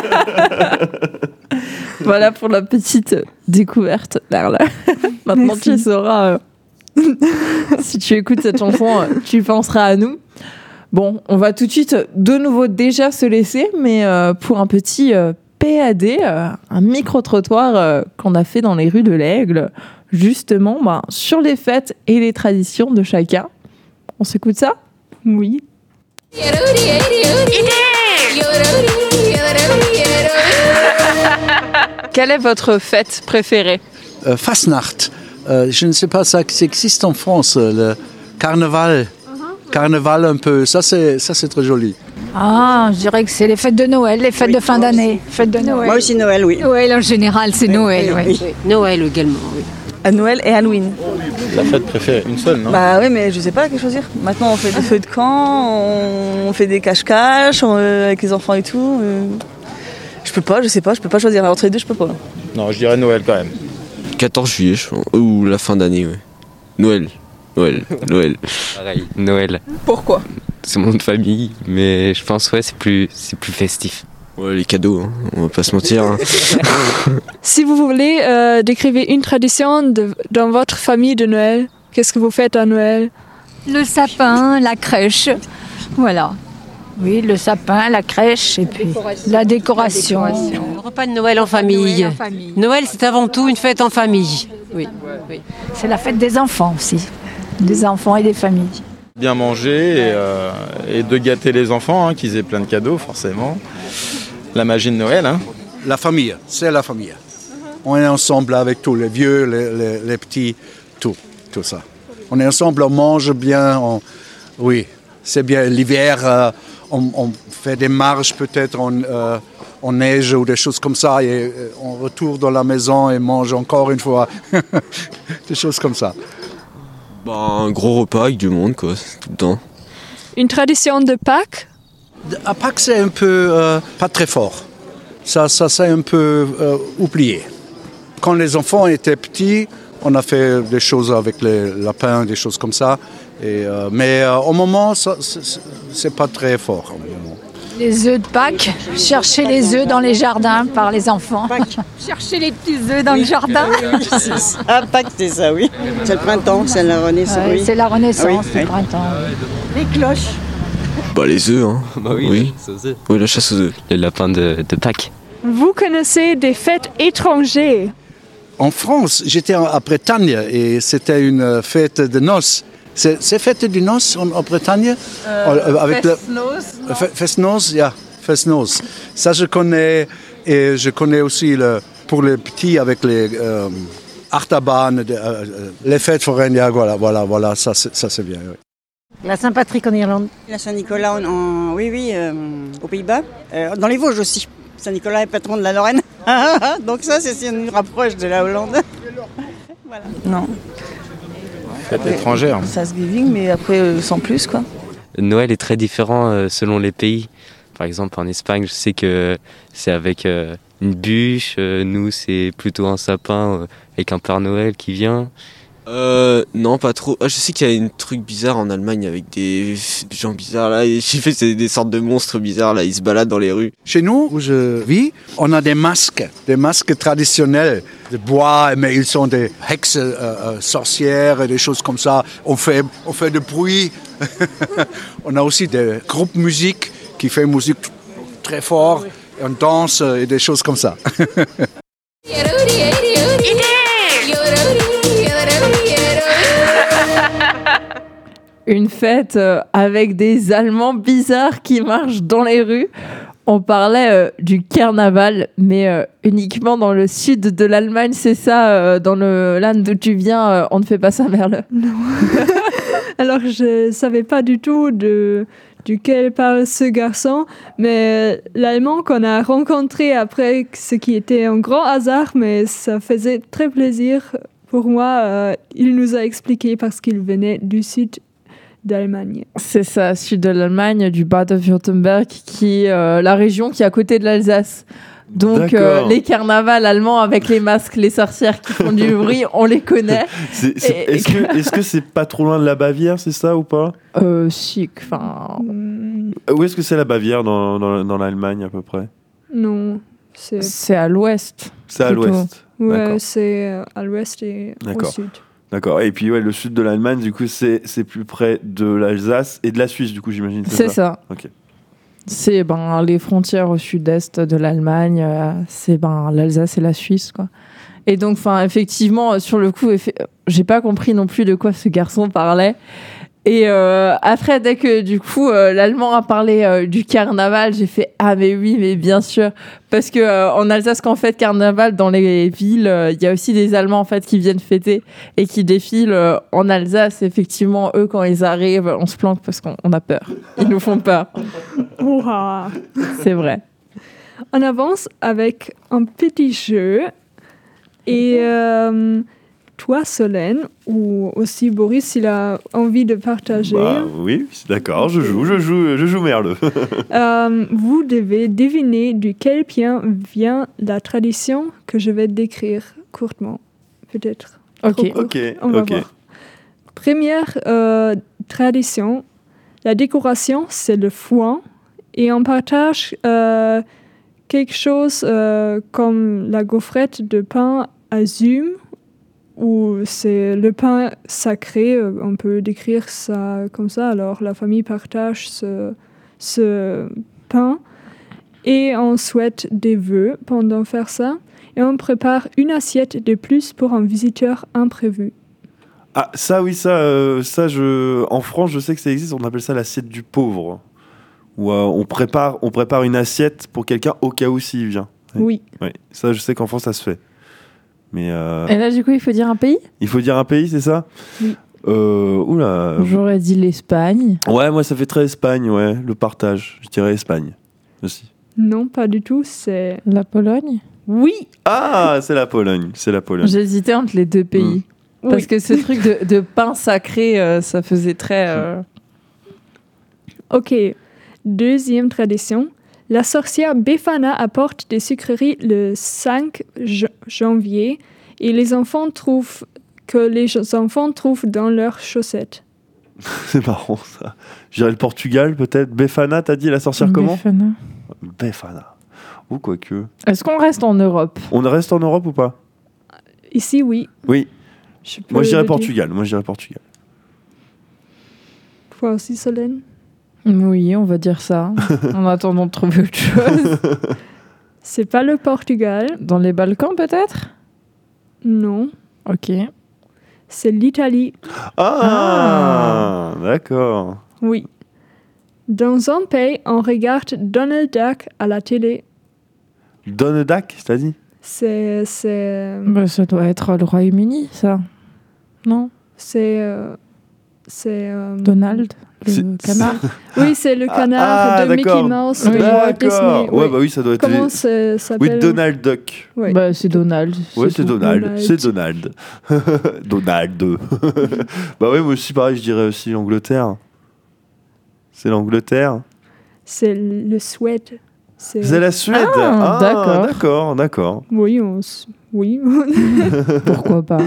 Voilà pour la petite découverte, Merle. Maintenant, Merci. tu sauras. euh, si tu écoutes cette chanson, euh, tu penseras à nous. Bon, on va tout de suite, de nouveau, déjà se laisser, mais euh, pour un petit euh, P A D, euh, un micro-trottoir euh, qu'on a fait dans les rues de l'Aigle, justement, ben, sur les fêtes et les traditions de chacun. On s'écoute ça ? Oui. Quelle est votre fête préférée ? Euh, Fastnacht. Euh, je ne sais pas, ça, ça existe en France, euh, le carnaval. Carnaval un peu, ça c'est, ça c'est très joli. Ah, je dirais que c'est les fêtes de Noël, les fêtes de fin d'année. Fêtes de Noël. Moi aussi Noël, oui. Noël en général, c'est Noël. Oui, oui. oui. Noël également, oui. À Noël et Halloween. La fête préférée, une seule, non? Bah oui, mais je sais pas, qu'est-ce choisir. Maintenant, on fait des feux de camp, on fait des cache-cache on- euh, avec les enfants et tout. euh. Je peux pas, je sais pas, je peux pas choisir. Entre les deux, je peux pas. Non, je dirais Noël quand même. quatorze juillet, je pense. Ou la fin d'année, ouais. Noël. Noël. Noël. Pareil, Noël. Pourquoi ? C'est mon nom de famille, mais je pense ouais, c'est plus, c'est plus festif. Ouais, les cadeaux, hein. On va pas se mentir. hein. Si vous voulez euh, décrire une tradition de- dans votre famille de Noël, qu'est-ce que vous faites à Noël? Le sapin, la crèche. Voilà. Oui, le sapin, la crèche et puis la décoration. Le repas de Noël en famille. Noël en famille. Noël, c'est avant tout une fête en famille. Oui. oui. C'est la fête des enfants aussi. Des enfants et des familles. Bien manger et, euh, et de gâter les enfants, hein, qu'ils aient plein de cadeaux, forcément. La magie de Noël, hein. La famille, c'est la famille. On est ensemble avec tous les vieux, les, les- les petits, tout, tout ça. On est ensemble, on mange bien, on- oui, c'est bien. L'hiver, euh, on, on fait des marches peut-être en, euh, en neige ou des choses comme ça, et euh, on retourne dans la maison et mange encore une fois. Des choses comme ça. Bah, un gros repas avec du monde, quoi, tout le temps. Une tradition de Pâques? À Pâques, c'est un peu euh, pas très fort. Ça, ça c'est un peu euh, oublié. Quand les enfants étaient petits, on a fait des choses avec les lapins, des choses comme ça. Et, euh, mais euh, au moment, ça, c'est, c'est pas très fort. Au moment. Les œufs de Pâques, chercher les œufs dans les jardins par les enfants. Chercher les petits œufs dans le jardin. Ah, Pâques, c'est ça, oui. C'est le printemps, c'est la renaissance. Ouais, oui. c'est la renaissance, Oui, le oui. printemps. Les cloches. Bah, les œufs, hein. Bah oui, Oui. la chasse aux œufs. Oui, la chasse aux œufs. Le lapin de, de Pâques. Vous connaissez des fêtes étrangères? En France, j'étais en- à Bretagne et c'était une euh, fête de noces. C'est, c'est fête de noces en, en Bretagne Euh, avec le- Fest-Noz, Fe- Fest-Noz, ja, Fest-Noz. Ça, je connais. Et je connais aussi le, pour les petits avec les euh, Achterbahn, de- euh, euh, les fêtes foraines. ja, voilà, voilà, voilà, ça, c'est, ça, c'est bien. Oui. La Saint-Patrick en Irlande. La Saint-Nicolas, en, en- oui, oui, euh, aux Pays-Bas. Euh, dans les Vosges aussi. Saint-Nicolas est patron de la Lorraine. Donc ça, c'est c'est une rapproche de la Hollande. Non, Fête étrangère. Thanksgiving, mais après, euh, sans plus, quoi. Noël est très différent euh, selon les pays. Par exemple, en Espagne, je sais que c'est avec euh, une bûche. Euh, nous, c'est plutôt un sapin euh, avec un Père Noël qui vient. Euh, non, pas trop. Ah, je sais qu'il y a un truc bizarre en Allemagne avec des des gens bizarres, là. Et j'ai fait, c'est des sortes de monstres bizarres, là. Ils se baladent dans les rues. Chez nous, où je vis, on a des masques, des masques traditionnels de bois, mais ils sont des hexes, euh, euh, sorcières et des choses comme ça. On fait, on fait du bruit. On a aussi des groupes musique qui font musique très fort. Et on danse et des choses comme ça. Une fête euh, avec des Allemands bizarres qui marchent dans les rues. On parlait euh, du carnaval, mais euh, uniquement dans le sud de l'Allemagne, c'est ça, euh, dans le land d'où tu viens, euh, on ne fait pas ça, Merle. Alors, je savais pas du tout de duquel parle ce garçon, mais l'Allemand qu'on a rencontré après, ce qui était un grand hasard, mais ça faisait très plaisir pour moi. Euh, il nous a expliqué parce qu'il venait du sud d'Allemagne. C'est ça, sud de l'Allemagne, du Bade-Württemberg, qui euh, la région qui est à côté de l'Alsace. Donc euh, les carnavals allemands avec les masques, les sorcières qui font du bruit, on les connaît. C'est, c'est, Et- est-ce, que, est-ce que c'est pas trop loin de la Bavière, c'est ça ou pas? Euh, chic, enfin... Où est-ce que c'est la Bavière dans, dans, dans l'Allemagne à peu près? Non, c'est... C'est à l'ouest. C'est à plutôt. l'ouest. Ouais, D'accord. c'est euh, à l'ouest et D'accord. au sud. D'accord. Et puis ouais, le sud de l'Allemagne, du coup, c'est, c'est plus près de l'Alsace et de la Suisse, du coup, j'imagine. C'est ça. Ok. C'est ben, les frontières au sud-est de l'Allemagne, euh, c'est ben, l'Alsace et la Suisse, quoi. Et donc, enfin, effectivement, sur le coup, effe- j'ai pas compris non plus de quoi ce garçon parlait. Et euh, après, dès que du coup, euh, l'allemand a parlé euh, du carnaval, j'ai fait ah mais oui, mais bien sûr, parce que euh, en Alsace, quand on fête carnaval dans les villes, euh, il y a aussi des Allemands en fait qui viennent fêter et qui défilent euh, en Alsace. Effectivement, eux, quand ils arrivent, on se planque parce qu'on on a peur. Ils nous font peur. Ouah. C'est vrai. On avance avec un petit jeu. Et euh, toi, Solène, ou aussi Boris, il a envie de partager. Bah, oui, c'est d'accord, je joue, je joue, je joue Merle. Euh, vous devez deviner de quel pays vient la tradition que je vais décrire courtement, peut-être. Ok. Trop court. Ok, On va ok. voir. Première euh, tradition, la décoration, c'est le foin. Et on partage euh, quelque chose euh, comme la gaufrette de pain à zume, où c'est le pain sacré, euh, on peut décrire ça comme ça. Alors la famille partage ce, ce pain et on souhaite des vœux pendant faire ça. Et on prépare une assiette de plus pour un visiteur imprévu. Ah, ça, oui, ça, euh, ça je... en France, je sais que ça existe, on appelle ça l'assiette du pauvre. Où euh, on, prépare, on prépare une assiette pour quelqu'un au cas où s'il vient. Oui. Oui, ça, je sais qu'en France, ça se fait. Mais euh, Et là, du coup, il faut dire un pays. il faut dire un pays, c'est ça? Oui. Euh, oula. J'aurais dit l'Espagne. Ouais, moi, ça fait très Espagne, ouais, le partage. Je dirais Espagne aussi. Non, pas du tout, c'est... La Pologne. Oui. Ah, c'est la Pologne, c'est la Pologne. J'hésitais entre les deux pays. Mm. Parce Oui. que ce truc de, de pain sacré, euh, ça faisait très... euh, Ok, deuxième tradition. La sorcière Befana apporte des sucreries le cinq j- janvier et les enfants trouvent que les jo- enfants trouvent dans leurs chaussettes. C'est marrant, ça. Je dirais le Portugal, peut-être. Befana, t'as dit la sorcière comment? Befana. Befana. Ou quoique. Est-ce qu'on reste en Europe? On reste en Europe ou pas? Ici, oui. Oui. Je peux Moi, je dirais le dire. Portugal. Moi, je dirais Portugal. Toi aussi, Solène? Oui, on va dire ça. En attendant de trouver autre chose. C'est pas le Portugal. Dans les Balkans, peut-être? Non. Ok. C'est l'Italie. Ah, d'accord. Oui. Dans un pays, on regarde Donald Duck à la télé. Donald Duck, t'as dit? C'est... C'est... Bah, ça doit être le Royaume-Uni, ça. Non? C'est... euh, C'est... euh, Donald, le C'est- canard. Oui, c'est le canard Ah, de d'accord. Mickey Mouse de Walt D'accord. Disney. Ouais, oui. bah oui, ça doit être. Comment les- ça s'appelle? Oui, Donald Duck. Oui. Bah, c'est Donald. Ouais, c'est tout. Donald. Donald. C'est Donald. Donald. Bah ouais, moi aussi, pareil, je dirais aussi l'Angleterre. C'est l'Angleterre. C'est le Suède. C'est... C'est la Suède. Ah, d'accord. D'accord, d'accord. Oui, on... s- oui. Pourquoi pas?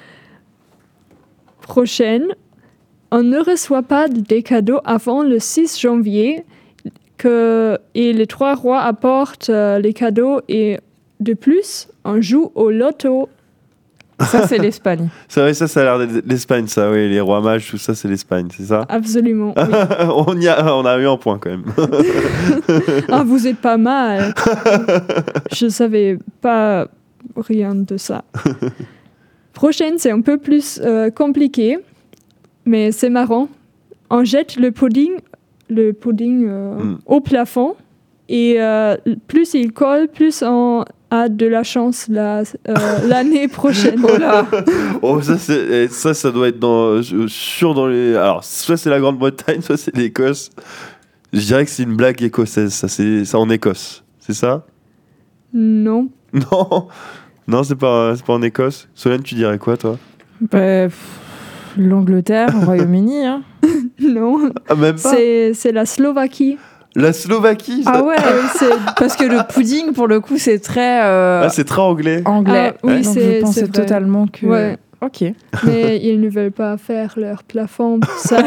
Prochaine. On ne reçoit pas des cadeaux avant le six janvier que... et les trois rois apportent euh, les cadeaux et de plus, on joue au loto. Ça, c'est l'Espagne. C'est vrai, ça, ça a l'air d'être l'Espagne, ça, oui. Les rois mages, tout ça, c'est l'Espagne, c'est ça? Absolument. Oui. on, y a, on a eu un point quand même. Ah, vous êtes pas mal. Je savais pas rien de ça. Prochaine, c'est un peu plus euh, compliqué, mais c'est marrant. On jette le pudding, le pudding euh, Mm. au plafond et euh, plus il colle, plus on a de la chance la- euh, l'année prochaine. Oh, ça, c'est, eh, ça, ça doit être dans, euh, sûr dans les. Alors, soit c'est la Grande-Bretagne, soit c'est l'Écosse. Je dirais que c'est une blague écossaise, ça, c'est ça en Écosse. C'est ça? Non. Non, non, c'est pas, c'est pas en Écosse. Solène, tu dirais quoi, toi? Bah, pff, l'Angleterre, le Royaume-Uni. Hein. Non. Ah, même pas. C'est c'est la Slovaquie. La Slovaquie. Ça... Ah ouais, c'est parce que le pudding pour le coup c'est très. Euh... Ah, c'est très anglais. Anglais. Ah, oui, ouais. Donc c'est, je pensais c'est vrai. totalement que. Ouais. Ok. Mais ils ne veulent pas faire leur plafond pour ça.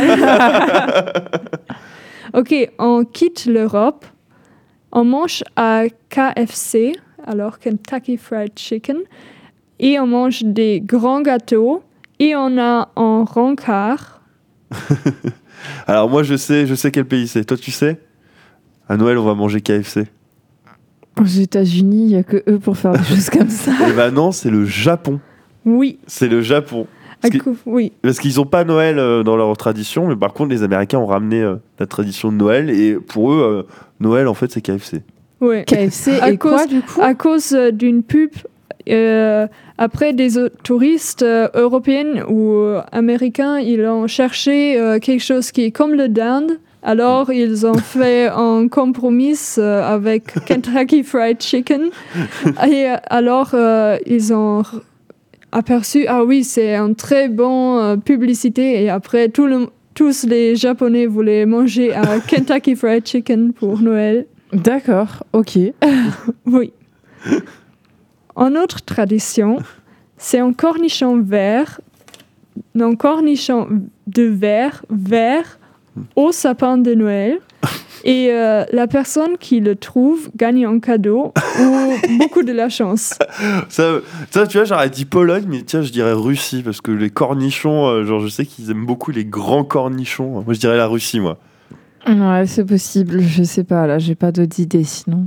Ok, on quitte l'Europe. On mange à K F C, alors Kentucky Fried Chicken, et on mange des grands gâteaux, et on a un rencard. Alors moi je sais, je sais quel pays c'est. Toi tu sais ? À Noël on va manger K F C. Aux États-Unis, il n'y a que eux pour faire des choses comme ça. Eh ben non, c'est le Japon. Oui. C'est le Japon. Parce, que, oui. parce qu'ils n'ont pas Noël euh, dans leur tradition, mais par contre les Américains ont ramené euh, la tradition de Noël, et pour eux, euh, Noël en fait c'est K F C. Ouais. K F C à et cause, quoi du coup ? À cause d'une pub, euh, après des euh, touristes euh, européens ou euh, américains, ils ont cherché euh, quelque chose qui est comme le dinde. Alors, ils ont fait un compromis euh, avec Kentucky Fried Chicken. Et alors, euh, ils ont aperçu, ah oui, c'est une très bonne euh, publicité. Et après, tout le, tous les Japonais voulaient manger à Kentucky Fried Chicken pour Noël. D'accord, ok. Oui. Une autre tradition, c'est un cornichon vert, un cornichon de verre vert au sapin de Noël. Et euh, la personne qui le trouve gagne un cadeau ou beaucoup de la chance. Ça, ça tu vois, j'aurais dit Pologne, mais tiens, je dirais Russie, parce que les cornichons, euh, genre, je sais qu'ils aiment beaucoup les grands cornichons. Moi, je dirais la Russie, moi. Ouais, c'est possible, je sais pas, là, j'ai pas d'autres idées sinon.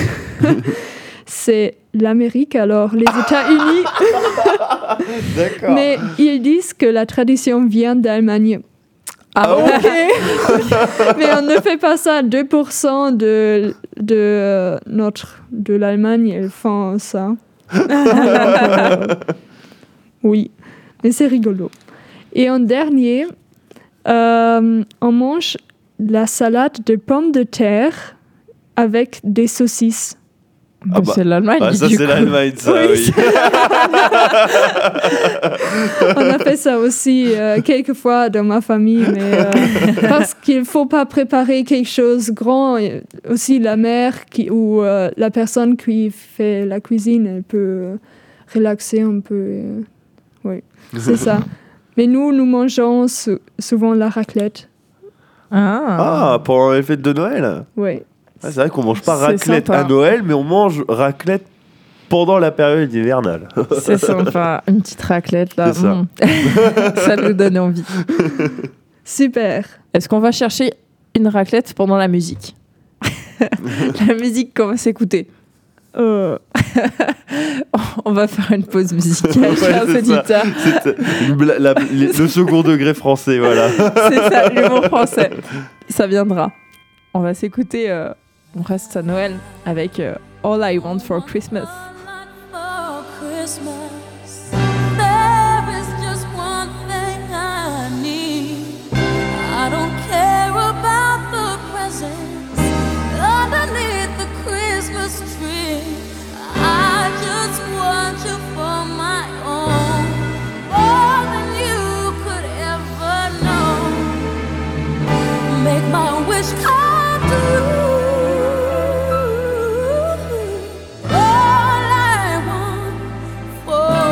C'est l'Amérique, alors les États-Unis. D'accord. Mais ils disent que la tradition vient d'Allemagne. Ah, ok. Mais on ne fait pas ça. deux pour cent de, de, euh, notre, de l'Allemagne, ils font ça. Oui, mais c'est rigolo. Et en dernier, euh, on mange la salade de pommes de terre avec des saucisses. Ah bah, c'est l'Allemagne. Ah, ça, du c'est coup. l'Allemagne, ça, Oui, oui. On a fait ça aussi euh, quelques fois dans ma famille, mais euh, parce qu'il ne faut pas préparer quelque chose de grand. Et aussi, la mère qui, ou euh, la personne qui fait la cuisine, elle peut relaxer un peu. Euh, oui, c'est ça. Mais nous, nous mangeons sou- souvent la raclette. Ah, Ah, pendant les fêtes de Noël. Oui. Ah, c'est vrai qu'on mange pas C'est raclette sympa. à Noël, mais on mange raclette pendant la période hivernale. c'est sympa. Une petite raclette là. C'est ça. Mm. Ça nous donne envie. Super. Est-ce qu'on va chercher une raclette pendant la musique? La musique qu'on va s'écouter. Euh, On va faire une pause musicale, Ouais, chers c'est ça. auditeurs. C'est une bla- la- les- le second degré français, voilà. C'est ça, l'humour français. Ça viendra. On va s'écouter, euh, on reste à Noël avec euh, All I Want for Christmas. For Christmas, there is just one thing I need. I don't care about the presents underneath the Christmas tree. I just want you for my own, more than you could ever know. Make my wish come true. All I want for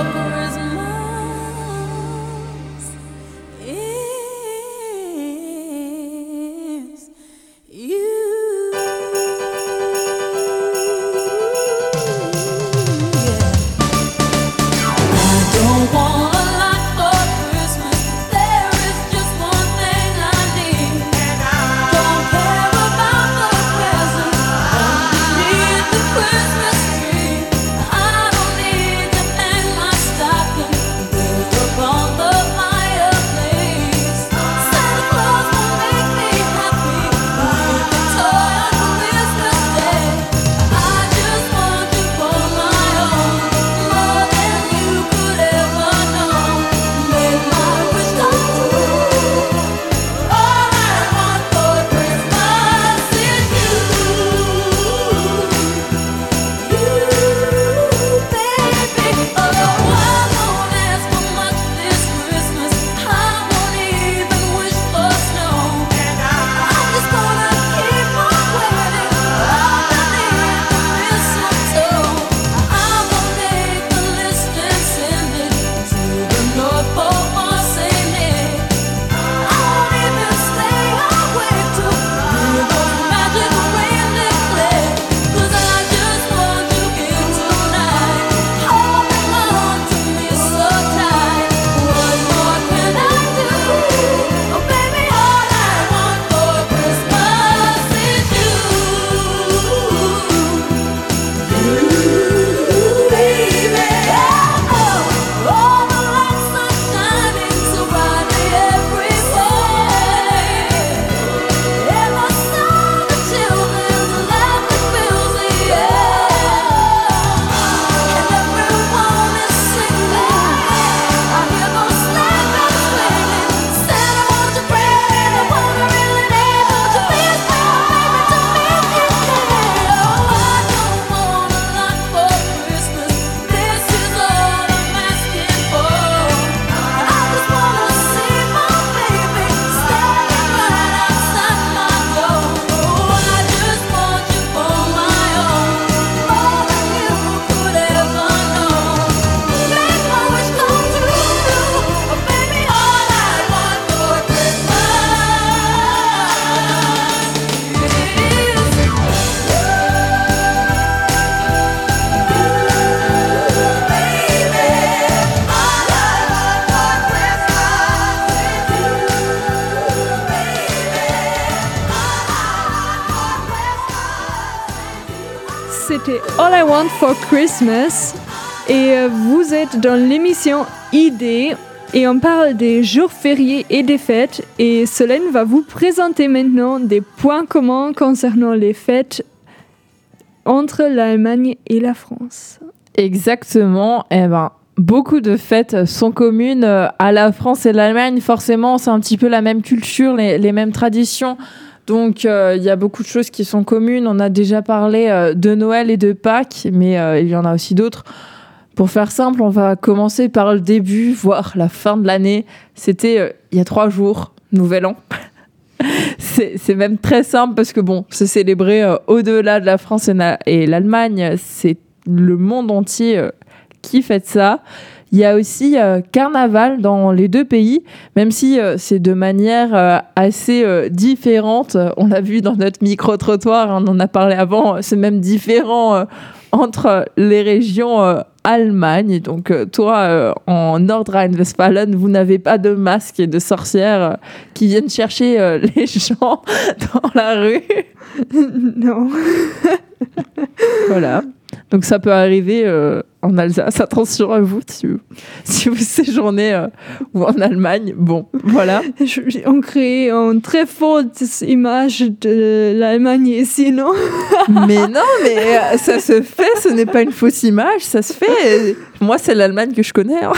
All I Want for Christmas et euh, vous êtes dans l'émission Idées et on parle des jours fériés et des fêtes et Solène va vous présenter maintenant des points communs concernant les fêtes entre l'Allemagne et la France. Exactement, eh ben, beaucoup de fêtes sont communes à la France et l'Allemagne. Forcément, c'est un petit peu la même culture, les, les mêmes traditions. Donc, il euh, y a beaucoup de choses qui sont communes. On a déjà parlé euh, de Noël et de Pâques, mais euh, il y en a aussi d'autres. Pour faire simple, on va commencer par le début, voire la fin de l'année. C'était euh, il y a trois jours, Nouvel An. c'est, c'est même très simple parce que bon, c'est célébré euh, au-delà de la France et, na- et l'Allemagne. C'est le monde entier euh, qui fête ça. Il y a aussi euh, carnaval dans les deux pays, même si euh, c'est de manière euh, assez euh, différente. On l'a vu dans notre micro-trottoir, on en a parlé avant, c'est même différent euh, entre les régions euh, Allemagne. Donc euh, toi, euh, en Nordrhein-Westfalen, vous n'avez pas de masques et de sorcières euh, qui viennent chercher euh, les gens dans la rue. Non. Voilà. Donc ça peut arriver euh, en Alsace. Attention à vous si vous, si vous séjournez euh, ou en Allemagne. Bon, voilà. On crée une très fausse image de l'Allemagne ici, non? Mais non, mais euh, ça se fait. Ce n'est pas une fausse image. Ça se fait. Moi, c'est l'Allemagne que je connais. Hein.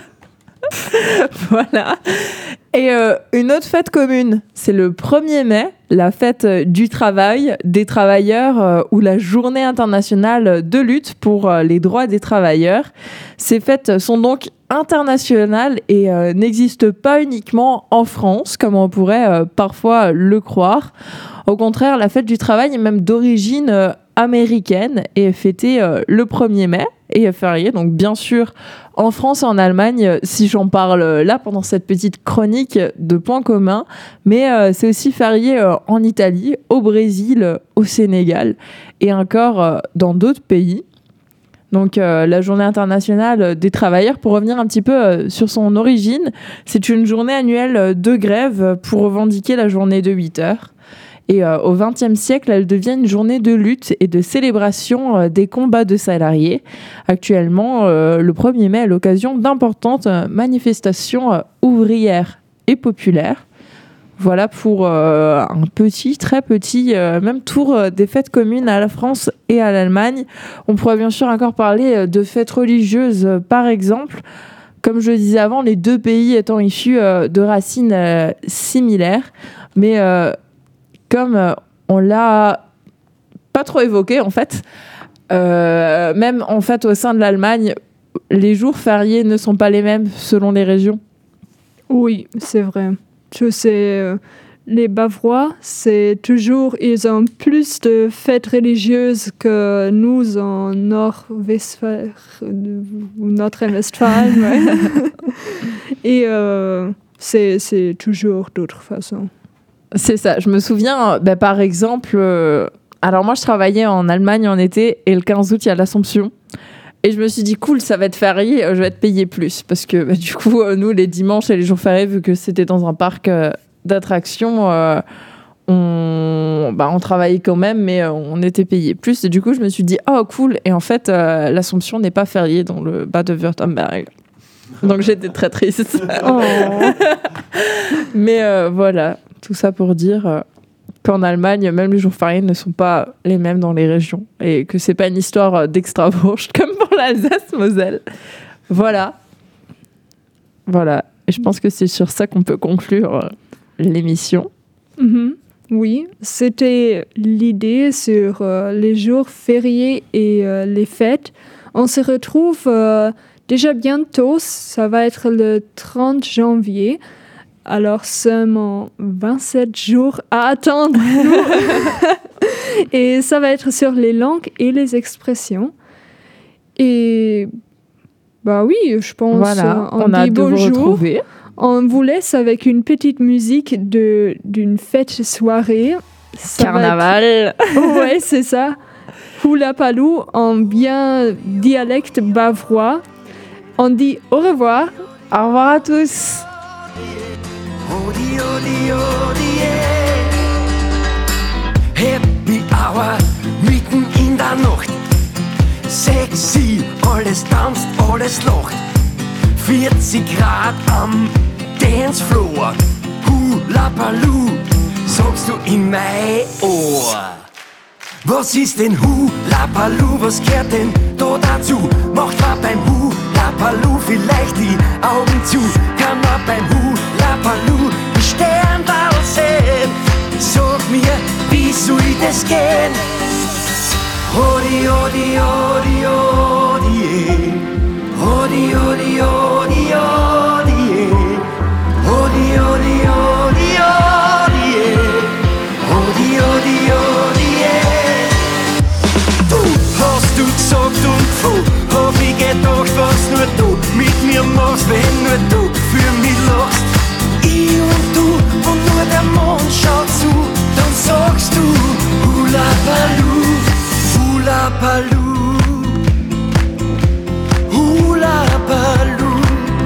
Voilà. Et euh, une autre fête commune, c'est le premier mai, la fête du travail, des travailleurs euh, ou la journée internationale de lutte pour euh, les droits des travailleurs. Ces fêtes sont donc internationales et euh, n'existent pas uniquement en France, comme on pourrait euh, parfois le croire. Au contraire, la fête du travail est même d'origine euh, américaine et est fêtée euh, le premier mai et est fériée, donc bien sûr en France et en Allemagne, si j'en parle là pendant cette petite chronique de points communs, mais euh, c'est aussi férié euh, en Italie, au Brésil, euh, au Sénégal et encore euh, dans d'autres pays. Donc euh, la journée internationale des travailleurs, pour revenir un petit peu euh, sur son origine, c'est une journée annuelle de grève pour revendiquer la journée de huit heures. Et euh, au vingtième siècle, elle devient une journée de lutte et de célébration euh, des combats de salariés. Actuellement, euh, le premier mai est l'occasion d'importantes euh, manifestations euh, ouvrières et populaires. Voilà pour euh, un petit, très petit, euh, même tour euh, des fêtes communes à la France et à l'Allemagne. On pourrait bien sûr encore parler euh, de fêtes religieuses, euh, par exemple. Comme je le disais avant, les deux pays étant issus euh, de racines euh, similaires. Mais euh, comme euh, on l'a pas trop évoqué, en fait, euh, même en fait au sein de l'Allemagne, les jours fériés ne sont pas les mêmes selon les régions. Oui, c'est vrai. Je sais, euh, les Bavarois, c'est toujours, ils ont plus de fêtes religieuses que nous en Nord-Westphalen, ou Nordrhein-Westfalen, ouais. Et euh, c'est, c'est toujours d'autres façons. C'est ça. Je me souviens, bah, par exemple, euh, alors moi je travaillais en Allemagne en été et le quinze août il y a l'Assomption. Et je me suis dit, cool, ça va être férié, je vais être payée plus. Parce que bah, du coup, euh, nous, les dimanches et les jours fériés, vu que c'était dans un parc euh, d'attractions, euh, on, bah, on travaillait quand même, mais euh, on était payé plus. Et du coup, je me suis dit, oh cool. Et en fait, euh, l'Assomption n'est pas fériée dans le bas de Württemberg. Donc j'étais très triste. Oh. Mais euh, voilà. Tout ça pour dire euh, qu'en Allemagne, même les jours fériés ne sont pas les mêmes dans les régions et que c'est pas une histoire d'Extrabourg comme pour l'Alsace-Moselle. Voilà. Voilà. Et je pense que c'est sur ça qu'on peut conclure euh, l'émission. Mm-hmm. Oui, c'était l'idée sur euh, les jours fériés et euh, les fêtes. On se retrouve euh, déjà bientôt, ça va être le trente janvier. Alors seulement vingt-sept jours à attendre. Et ça va être sur les langues et les expressions. Et bah oui, je pense voilà, on, on a dit de vous bonjour. retrouver. On vous laisse avec une petite musique de, d'une fête soirée. Ça Carnaval. Être... Ouais, c'est ça. Hula Palou en bien dialecte bavarois. On dit au revoir. Au revoir à tous. Odi, odi, odi, yeah. Happy Hour mitten in der Nacht. sexy, alles tanzt, alles lacht. vierzig Grad am Dancefloor. Hula Baloo, sagst du in mein Ohr. Was ist denn Hula Baloo, was gehört denn da dazu? Macht man beim Hula Baloo vielleicht die Augen zu? Kann man beim Hula Baloo die Sternball sehen? Sag mir, wie soll das gehen? Hodi, hodi, hodi, hodi, eh. Hodi, hodi, hodi, hodi, eh. Hodi, hodi, hodi, hodi, eh. Hodi, hodi, hodi, eh. Du hast du gesagt und puh, hab ich gedacht, was nur du mit mir machst, wenn nur du für mich lachst. Ich und du und nur der Mond schaut zu, dann sagst du Hula Baloo, Hula Baloo, Hula Baloo.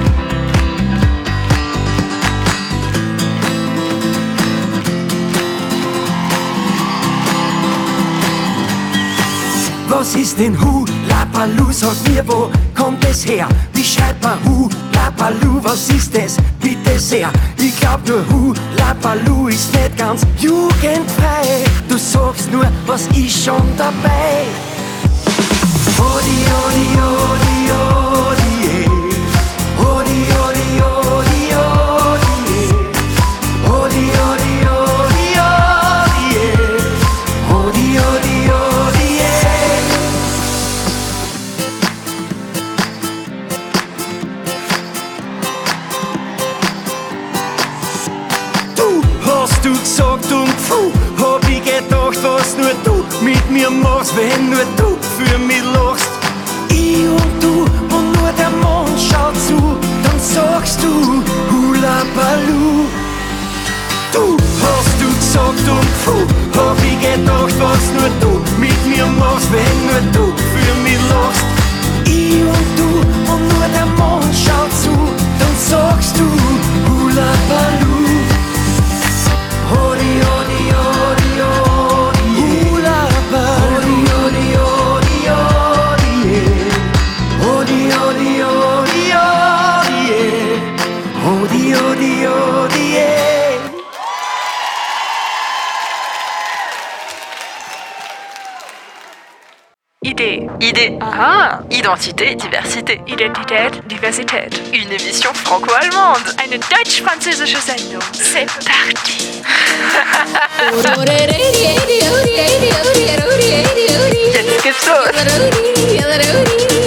Was ist denn Hula Baloo? Sag mir, wo kommt es her? Wie schreibt man Hula Baloo? Was ist es? Bitte sehr. Ich glaub nur Hula Baloo ist nicht ganz jugendfrei. Du sagst nur, was ist schon dabei? Hodi, hodi, hodi, hodi, eh. Hodi, hodi, hodi, hodi, eh. Hodi, hodi, hodi, hodi, eh. Hodi, hodi, hodi, eh. Du hast du gesagt und puh, hab ich gedacht, was nur du mit mir machst, wenn nur du für mich lachst. Ich und du und nur der Mond schaut zu, dann sagst du Hula Baloo. Du hast du gesagt und puh, hab ich gedacht, was nur du mit mir machst, wenn nur du für mich lachst. Ich und du und nur der Mond schaut zu, dann sagst du Hula Baloo. Hodi, hodi, hodi, hodi, Hula Baloo. Hodi, hodi, hodi, hodi, hodi, hodi, hodi, hodi, hodi, hodi, hodi. Idée. Idée. Ah, identité, diversité. Identität, Diversität. Une émission franco-allemande. Eine deutsch-französische Sendung. C'est parti. Jetzt geht's los.